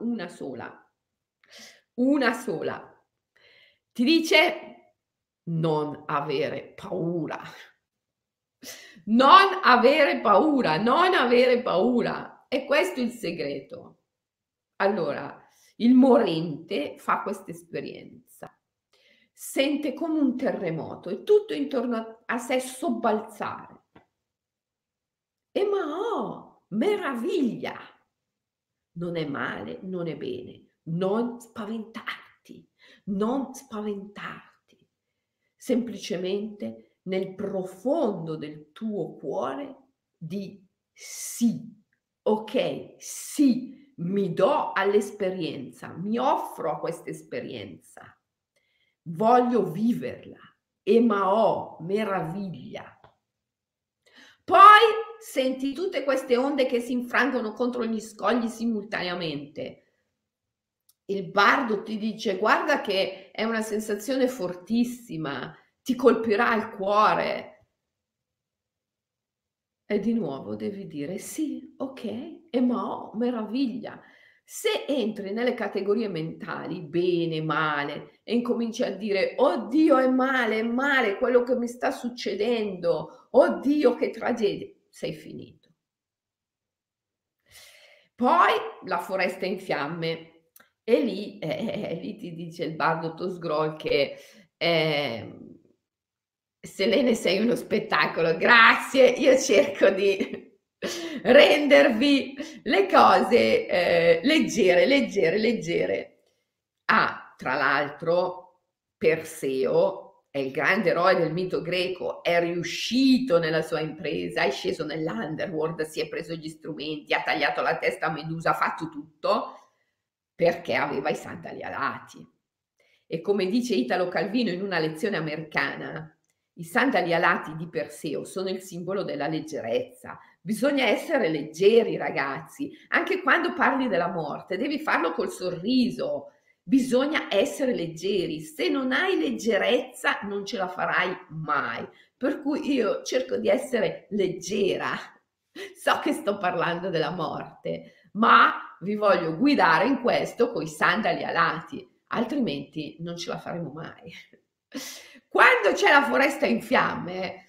una sola. Ti dice non avere paura. Non avere paura, non avere paura. E questo è il segreto. Allora, il morente fa questa esperienza, sente come un terremoto e tutto intorno a sé sobbalzare. Meraviglia! Non è male, non è bene, non spaventarti, non spaventarti. Semplicemente nel profondo del tuo cuore di sì, ok, sì, mi do all'esperienza, mi offro a questa esperienza, voglio viverla, meraviglia. Poi senti tutte queste onde che si infrangono contro gli scogli simultaneamente. Il bardo ti dice: guarda che è una sensazione fortissima, ti colpirà il cuore. E di nuovo devi dire sì, ok, meraviglia. Se entri nelle categorie mentali, bene, male, e incominci a dire, oddio, è male quello che mi sta succedendo, oddio, che tragedia, sei finito. Poi la foresta in fiamme, e lì ti dice il bardo Tosgrol che Selene sei uno spettacolo, grazie, io cerco di rendervi le cose leggere, leggere, leggere. Tra l'altro Perseo è il grande eroe del mito greco, è riuscito nella sua impresa, è sceso nell'underworld, si è preso gli strumenti, ha tagliato la testa a Medusa, ha fatto tutto perché aveva i sandali alati. E come dice Italo Calvino in una lezione americana, i sandali alati di Perseo sono il simbolo della leggerezza. Bisogna essere leggeri, ragazzi. Anche quando parli della morte, devi farlo col sorriso. Bisogna essere leggeri. Se non hai leggerezza, non ce la farai mai. Per cui io cerco di essere leggera. So che sto parlando della morte, ma vi voglio guidare in questo coi sandali alati, altrimenti non ce la faremo mai. Quando c'è la foresta in fiamme,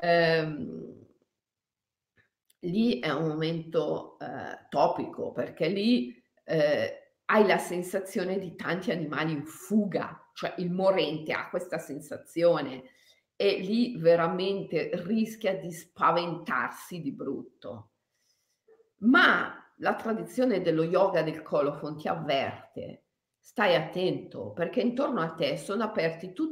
lì è un momento topico, perché lì hai la sensazione di tanti animali in fuga, cioè il morente ha questa sensazione e lì veramente rischia di spaventarsi di brutto. Ma la tradizione dello yoga del colophon ti avverte, stai attento, perché intorno a te sono aperti tutti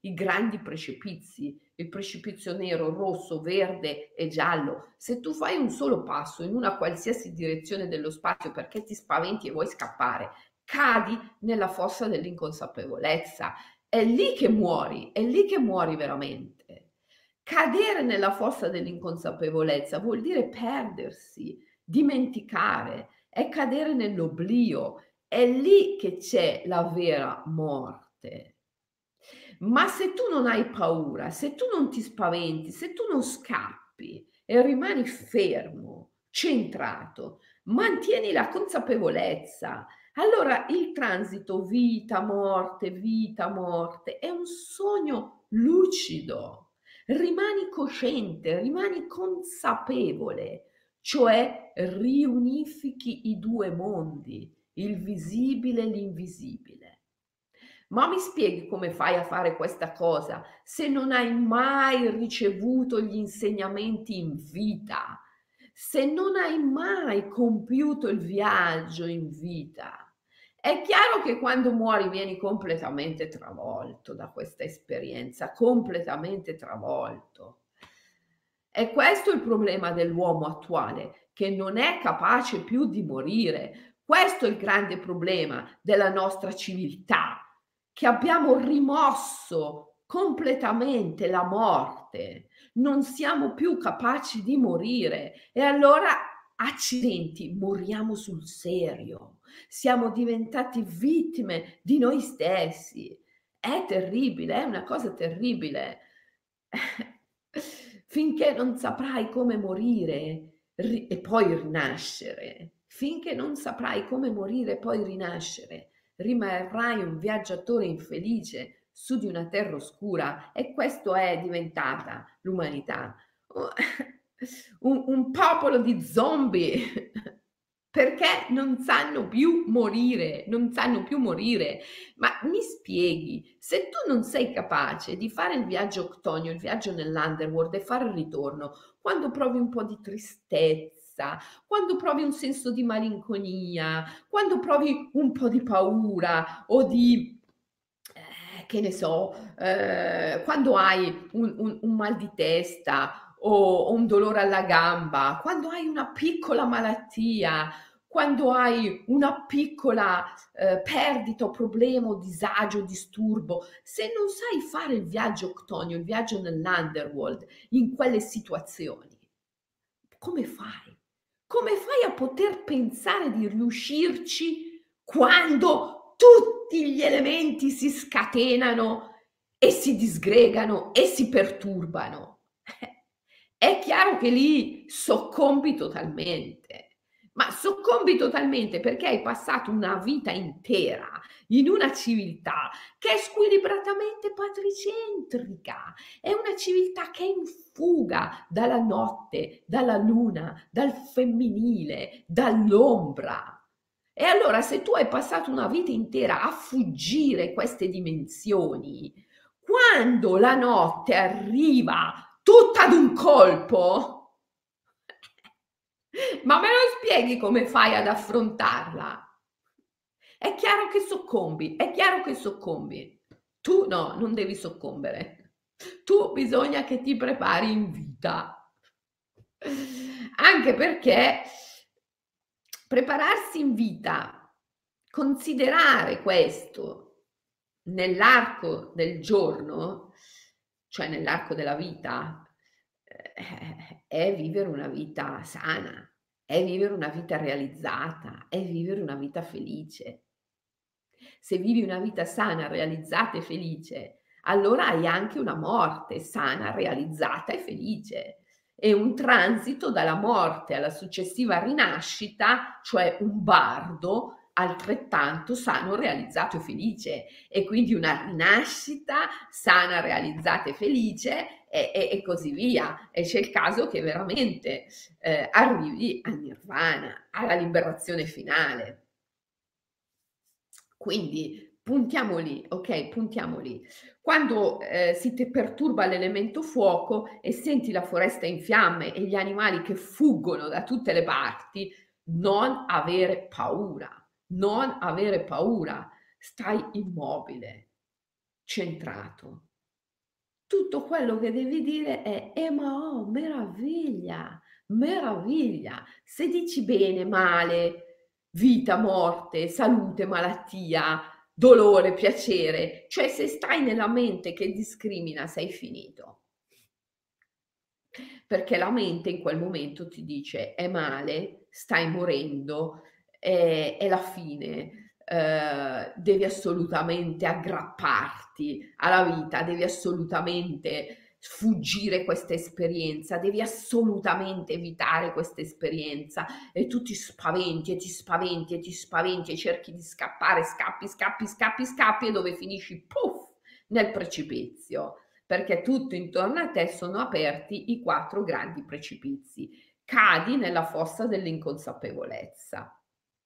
i grandi precipizi, il precipizio nero, rosso, verde e giallo. Se tu fai un solo passo in una qualsiasi direzione dello spazio perché ti spaventi e vuoi scappare, cadi nella fossa dell'inconsapevolezza. È lì che muori veramente. Cadere nella fossa dell'inconsapevolezza vuol dire perdersi, dimenticare, è cadere nell'oblio, è lì che c'è la vera morte. Ma se tu non hai paura, se tu non ti spaventi, se tu non scappi e rimani fermo, centrato, mantieni la consapevolezza, allora il transito vita, morte è un sogno lucido. Rimani cosciente, rimani consapevole, cioè riunifichi i due mondi, il visibile e l'invisibile. Ma mi spieghi come fai a fare questa cosa se non hai mai ricevuto gli insegnamenti in vita, se non hai mai compiuto il viaggio in vita? È chiaro che quando muori vieni completamente travolto da questa esperienza, completamente travolto. E questo è il problema dell'uomo attuale, che non è capace più di morire. Questo è il grande problema della nostra civiltà, che abbiamo rimosso completamente la morte. Non siamo più capaci di morire e allora accidenti, moriamo sul serio. Siamo diventati vittime di noi stessi. È terribile, è una cosa terribile. Finché non saprai come morire e poi rinascere, finché non saprai come morire e poi rinascere, rimarrai un viaggiatore infelice su di una terra oscura e questo è diventata l'umanità. Un popolo di zombie perché non sanno più morire, non sanno più morire. Ma mi spieghi, se tu non sei capace di fare il viaggio octonio, il viaggio nell'underworld e fare il ritorno, quando provi un po' di tristezza, quando provi un senso di malinconia, quando provi un po' di paura o di, che ne so, quando hai un mal di testa o un dolore alla gamba, quando hai una piccola malattia, quando hai una piccola perdita o problema o disagio, disturbo, se non sai fare il viaggio octonio, il viaggio nell'underworld in quelle situazioni, come fai? Come fai a poter pensare di riuscirci quando tutti gli elementi si scatenano e si disgregano e si perturbano? È chiaro che lì soccombi totalmente, ma soccombi totalmente perché hai passato una vita intera in una civiltà che è squilibratamente patricentrica, è una civiltà che è in fuga dalla notte, dalla luna, dal femminile, dall'ombra. E allora se tu hai passato una vita intera a fuggire queste dimensioni, quando la notte arriva tutta ad un colpo, ma me lo spieghi come fai ad affrontarla? È chiaro che soccombi, è chiaro che soccombi. Tu no, non devi soccombere. Tu bisogna che ti prepari in vita. Anche perché prepararsi in vita, considerare questo nell'arco del giorno, cioè nell'arco della vita, è vivere una vita sana, è vivere una vita realizzata, è vivere una vita felice. Se vivi una vita sana, realizzata e felice, allora hai anche una morte sana, realizzata e felice e un transito dalla morte alla successiva rinascita, cioè un bardo altrettanto sano, realizzato e felice e quindi una rinascita sana, realizzata e felice e così via. E c'è il caso che veramente arrivi al nirvana, alla liberazione finale. Quindi puntiamo lì, ok? Puntiamo lì. Quando si ti perturba l'elemento fuoco e senti la foresta in fiamme e gli animali che fuggono da tutte le parti, non avere paura, non avere paura, stai immobile, centrato, tutto quello che devi dire è: ma oh, meraviglia, meraviglia". Se dici bene, male, vita, morte, salute, malattia, dolore, piacere, cioè se stai nella mente che discrimina sei finito. Perché la mente in quel momento ti dice: "È male, stai morendo, è la fine, devi assolutamente aggrapparti alla vita, devi assolutamente sfuggire questa esperienza, devi assolutamente evitare questa esperienza", e tu ti spaventi e ti spaventi e ti spaventi e cerchi di scappare, scappi, scappi, scappi, scappi e dove finisci? Puff! Nel precipizio, perché tutto intorno a te sono aperti i 4 grandi precipizi. Cadi nella fossa dell'inconsapevolezza.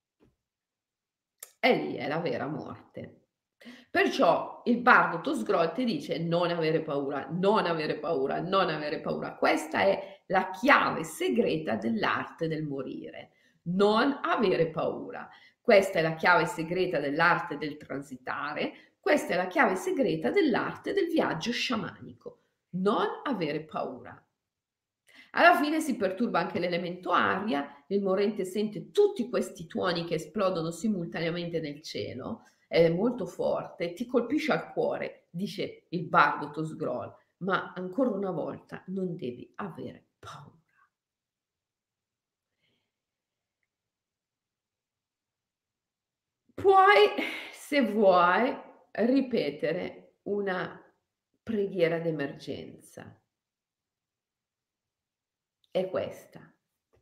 E lì è la vera morte. Perciò il bardo Tosgrol ti dice: "Non avere paura, non avere paura, non avere paura". Questa è la chiave segreta dell'arte del morire. Non avere paura. Questa è la chiave segreta dell'arte del transitare, questa è la chiave segreta dell'arte del viaggio sciamanico. Non avere paura. Alla fine si perturba anche l'elemento aria, il morente sente tutti questi tuoni che esplodono simultaneamente nel cielo, è molto forte, ti colpisce al cuore, dice il bardo Tosgrol, ma ancora una volta non devi avere paura. Puoi, se vuoi, ripetere una preghiera d'emergenza. È questa: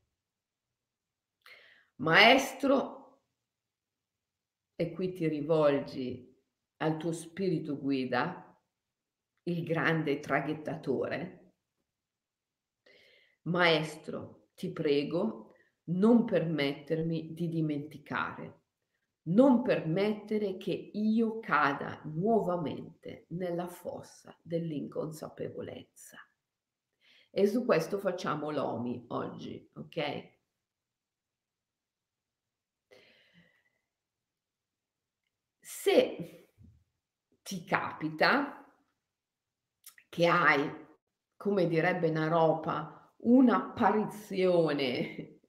Maestro, e qui ti rivolgi al tuo spirito guida, il grande traghettatore. Maestro, ti prego, non permettermi di dimenticare, non permettere che io cada nuovamente nella fossa dell'inconsapevolezza. E su questo facciamo l'OMI oggi, ok? Se ti capita che hai, come direbbe Naropa, un'apparizione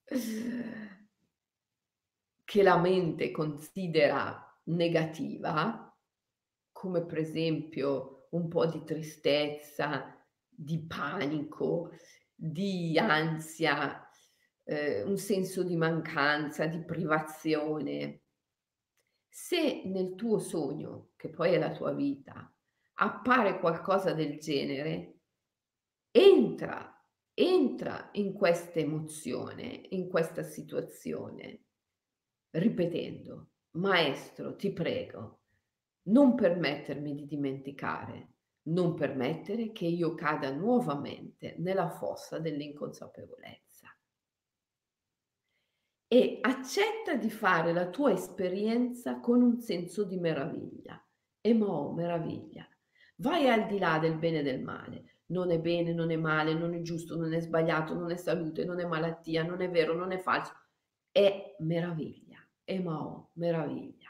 che la mente considera negativa, come per esempio un po' di tristezza, di panico, di ansia, un senso di mancanza, di privazione. Se nel tuo sogno, che poi è la tua vita, appare qualcosa del genere, entra, entra in questa emozione, in questa situazione, ripetendo: "Maestro, ti prego, non permettermi di dimenticare, non permettere che io cada nuovamente nella fossa dell'inconsapevolezza". E accetta di fare la tua esperienza con un senso di meraviglia. Oh, meraviglia. Vai al di là del bene e del male. Non è bene, non è male, non è giusto, non è sbagliato, non è salute, non è malattia, non è vero, non è falso. È meraviglia. Oh, meraviglia.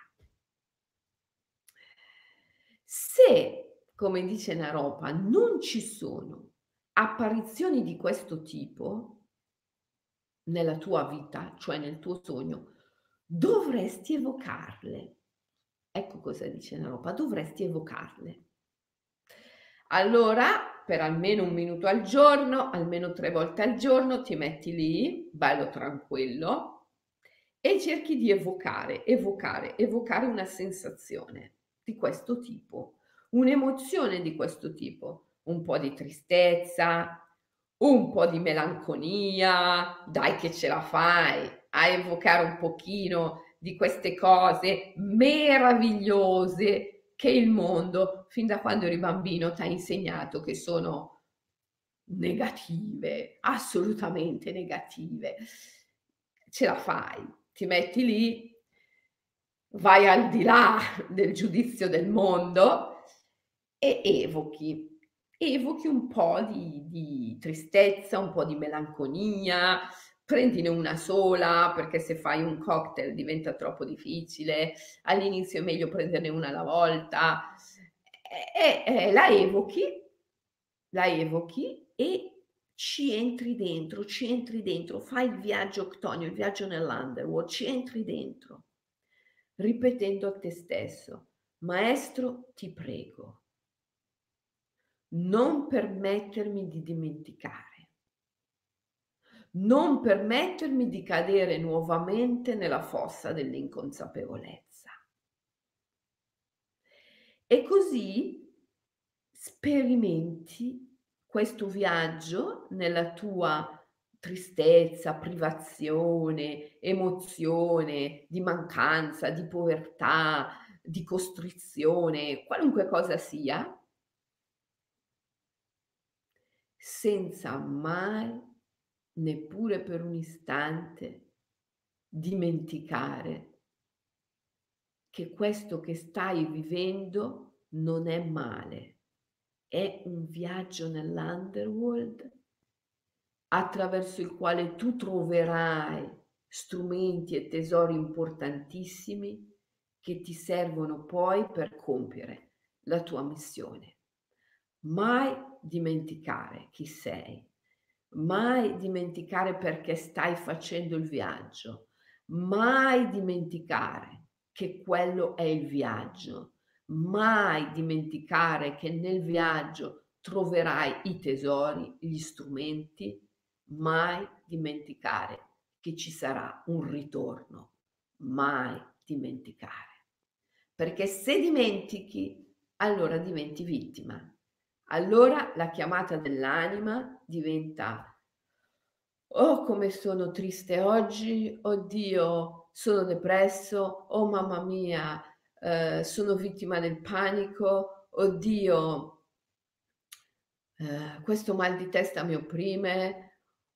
Se, come dice Naropa, non ci sono apparizioni di questo tipo nella tua vita, cioè nel tuo sogno, dovresti evocarle. Ecco cosa dice Naropa, dovresti evocarle. Allora, per almeno 1 minuto al giorno, almeno 3 volte al giorno, ti metti lì, bello tranquillo, e cerchi di evocare, evocare, evocare una sensazione di questo tipo, un'emozione di questo tipo, un po' di tristezza, un po' di melanconia, dai che ce la fai a evocare un pochino di queste cose meravigliose che il mondo, fin da quando eri bambino, t'ha insegnato che sono negative, assolutamente negative. Ce la fai, ti metti lì, vai al di là del giudizio del mondo e evochi un po' di tristezza, un po' di melanconia, prendine una sola, perché se fai un cocktail diventa troppo difficile, all'inizio è meglio prenderne una alla volta, la evochi la evochi e ci entri dentro, fai il viaggio octonio, il viaggio nell'underworld, ci entri dentro, ripetendo a te stesso: "Maestro, ti prego, non permettermi di dimenticare, non permettermi di cadere nuovamente nella fossa dell'inconsapevolezza". E così sperimenti questo viaggio nella tua tristezza, privazione, emozione, di mancanza, di povertà, di costrizione, qualunque cosa sia, senza mai, neppure per un istante, dimenticare che questo che stai vivendo non è male. È un viaggio nell'underworld attraverso il quale tu troverai strumenti e tesori importantissimi che ti servono poi per compiere la tua missione. Mai dimenticare chi sei, mai dimenticare perché stai facendo il viaggio, mai dimenticare che quello è il viaggio, mai dimenticare che nel viaggio troverai i tesori, gli strumenti, mai dimenticare che ci sarà un ritorno, mai dimenticare. Perché se dimentichi, allora diventi vittima. Allora la chiamata dell'anima diventa: "Oh, come sono triste oggi, oddio, sono depresso, oh mamma mia, sono vittima del panico, oddio, questo mal di testa mi opprime",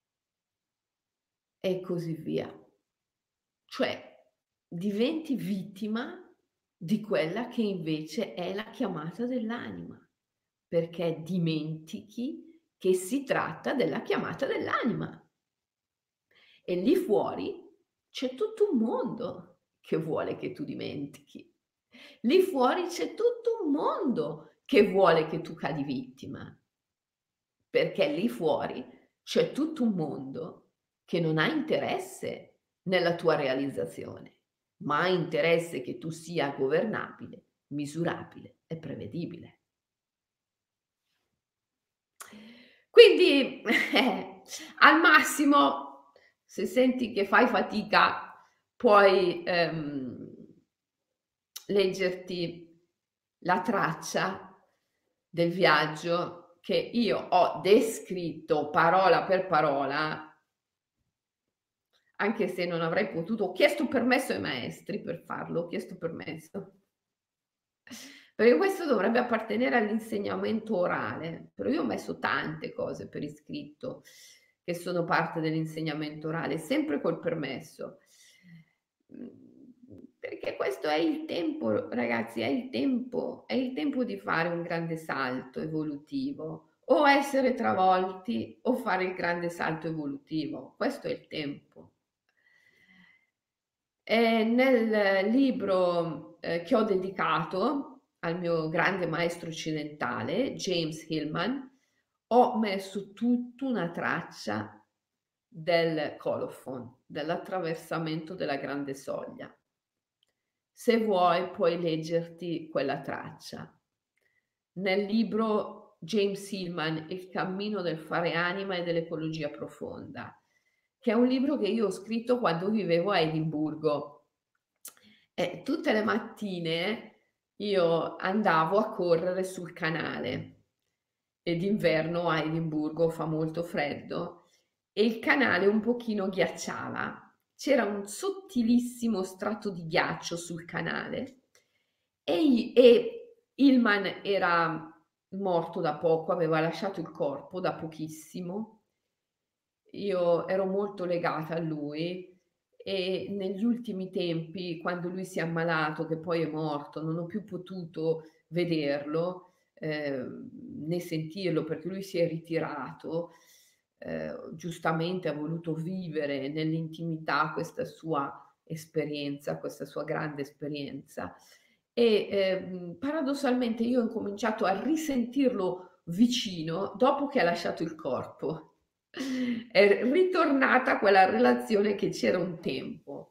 e così via. Cioè diventi vittima di quella che invece è la chiamata dell'anima, perché dimentichi che si tratta della chiamata dell'anima. E lì fuori c'è tutto un mondo che vuole che tu dimentichi. Lì fuori c'è tutto un mondo che vuole che tu cadi vittima, perché lì fuori c'è tutto un mondo che non ha interesse nella tua realizzazione, ma ha interesse che tu sia governabile, misurabile e prevedibile. Quindi, al massimo, se senti che fai fatica, puoi, leggerti la traccia del viaggio che io ho descritto parola per parola, anche se non avrei potuto, ho chiesto permesso ai maestri per farlo, ho chiesto permesso. Perché questo dovrebbe appartenere all'insegnamento orale, però io ho messo tante cose per iscritto che sono parte dell'insegnamento orale, sempre col permesso. Perché questo è il tempo, ragazzi, è il tempo di fare un grande salto evolutivo, o essere travolti o fare il grande salto evolutivo. Questo è il tempo. Nel libro, che ho dedicato al mio grande maestro occidentale, James Hillman, ho messo tutta una traccia del colophon, dell'attraversamento della grande soglia. Se vuoi puoi leggerti quella traccia. Nel libro James Hillman, Il cammino del fare anima e dell'ecologia profonda, che è un libro che io ho scritto quando vivevo a Edimburgo. E tutte le mattine io andavo a correre sul canale e d'inverno a Edimburgo fa molto freddo e il canale un pochino ghiacciava. C'era un sottilissimo strato di ghiaccio sul canale e Hillman era morto da poco, aveva lasciato il corpo da pochissimo. Io ero molto legata a lui e negli ultimi tempi, quando lui si è ammalato, che poi è morto, non ho più potuto vederlo, né sentirlo perché lui si è ritirato. Giustamente ha voluto vivere nell'intimità questa sua esperienza, questa sua grande esperienza. E, paradossalmente io ho incominciato a risentirlo vicino dopo che ha lasciato il corpo. È ritornata quella relazione che c'era un tempo.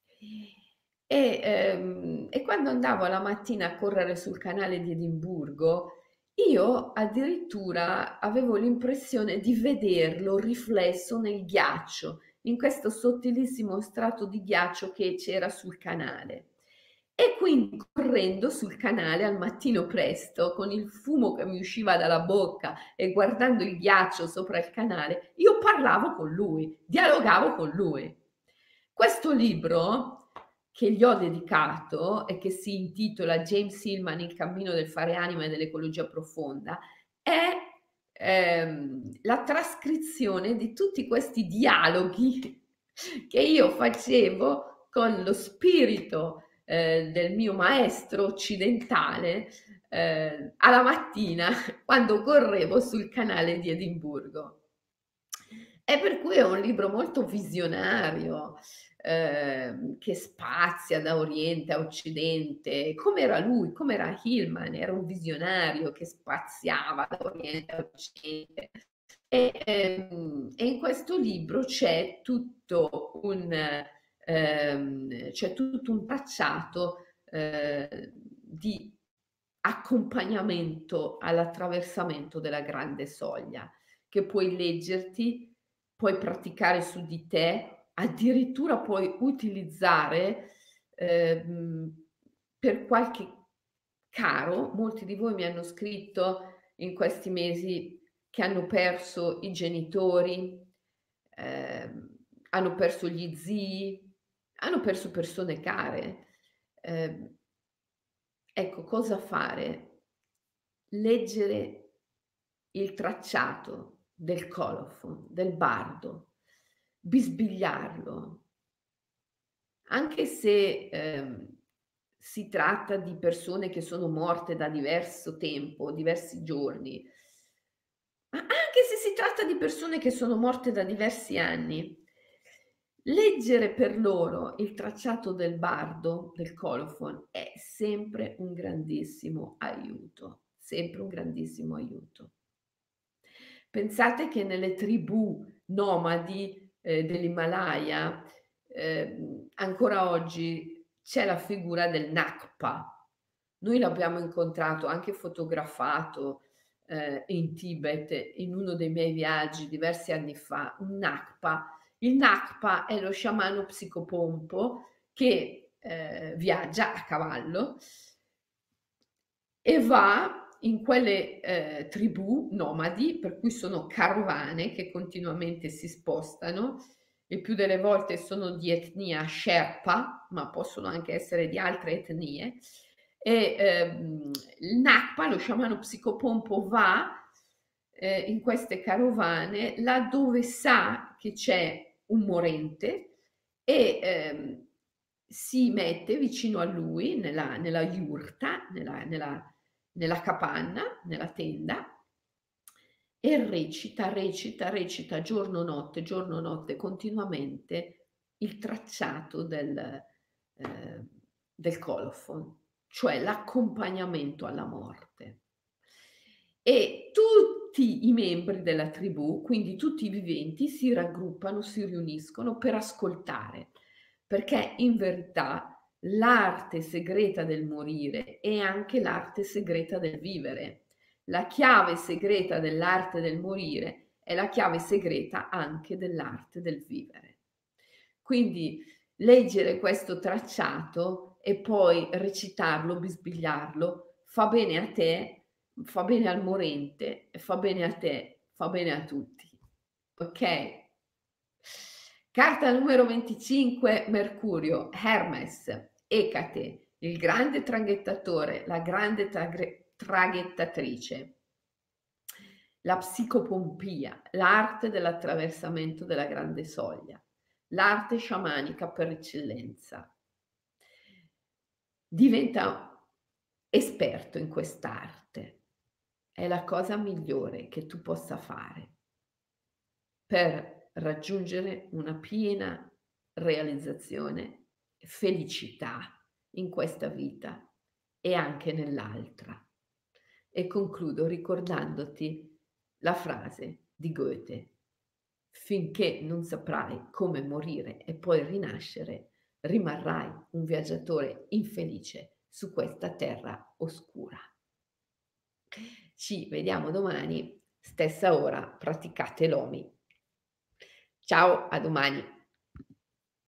E quando andavo la mattina a correre sul canale di Edimburgo, io addirittura avevo l'impressione di vederlo riflesso nel ghiaccio, in questo sottilissimo strato di ghiaccio che c'era sul canale. E quindi correndo sul canale al mattino presto, con il fumo che mi usciva dalla bocca e guardando il ghiaccio sopra il canale, io parlavo con lui, dialogavo con lui. Questo libro che gli ho dedicato e che si intitola James Hillman, Il cammino del fare anima e dell'ecologia profonda, è la trascrizione di tutti questi dialoghi che io facevo con lo spirito del mio maestro occidentale alla mattina quando correvo sul canale di Edimburgo. E per cui è un libro molto visionario, che spazia da Oriente a Occidente, come era lui, come era Hillman, era un visionario che spaziava da Oriente a Occidente. E in questo libro c'è tutto un tracciato di accompagnamento all'attraversamento della grande soglia, che puoi leggerti, puoi praticare su di te, addirittura puoi utilizzare ehm, per qualche caro. Molti di voi mi hanno scritto in questi mesi che hanno perso i genitori, ehm, hanno perso gli zii, hanno perso persone care. Ehm, ecco, cosa fare? Leggere il tracciato del colofon, del bardo, bisbigliarlo, anche se si tratta di persone che sono morte da diverso tempo, diversi giorni, ma anche se si tratta di persone che sono morte da diversi anni, leggere per loro il tracciato del bardo, del colofon, è sempre un grandissimo aiuto, sempre un grandissimo aiuto. Pensate che nelle tribù nomadi, dell'Himalaya, ancora oggi c'è la figura del Nakpa. Noi l'abbiamo incontrato, anche fotografato, in Tibet, in uno dei miei viaggi diversi anni fa, un Nakpa. Il Nakpa è lo sciamano psicopompo che, viaggia a cavallo e va in quelle, tribù nomadi, per cui sono carovane che continuamente si spostano, il più delle volte sono di etnia Sherpa, ma possono anche essere di altre etnie. E il Nakpa, lo sciamano psicopompo, va in queste carovane laddove sa che c'è un morente e si mette vicino a lui nella yurta, nella capanna, nella tenda, e recita giorno notte continuamente il tracciato del colofon, cioè l'accompagnamento alla morte. E tutti i membri della tribù, quindi tutti i viventi, si raggruppano, si riuniscono per ascoltare, perché in verità l'arte segreta del morire è anche l'arte segreta del vivere. La chiave segreta dell'arte del morire è la chiave segreta anche dell'arte del vivere. Quindi leggere questo tracciato e poi recitarlo, bisbigliarlo, fa bene a te, fa bene al morente, fa bene a te, fa bene a tutti. Ok? Carta numero 25, Mercurio, Hermes, Ecate, il grande traghettatore, la grande traghettatrice, la psicopompia, l'arte dell'attraversamento della grande soglia, l'arte sciamanica per eccellenza. Diventa esperto in quest'arte. È la cosa migliore che tu possa fare per raggiungere una piena realizzazione, felicità in questa vita e anche nell'altra. E concludo ricordandoti la frase di Goethe: "Finché non saprai come morire e poi rinascere, rimarrai un viaggiatore infelice su questa terra oscura". Ci vediamo domani, stessa ora, praticate l'OMI. Ciao, a domani.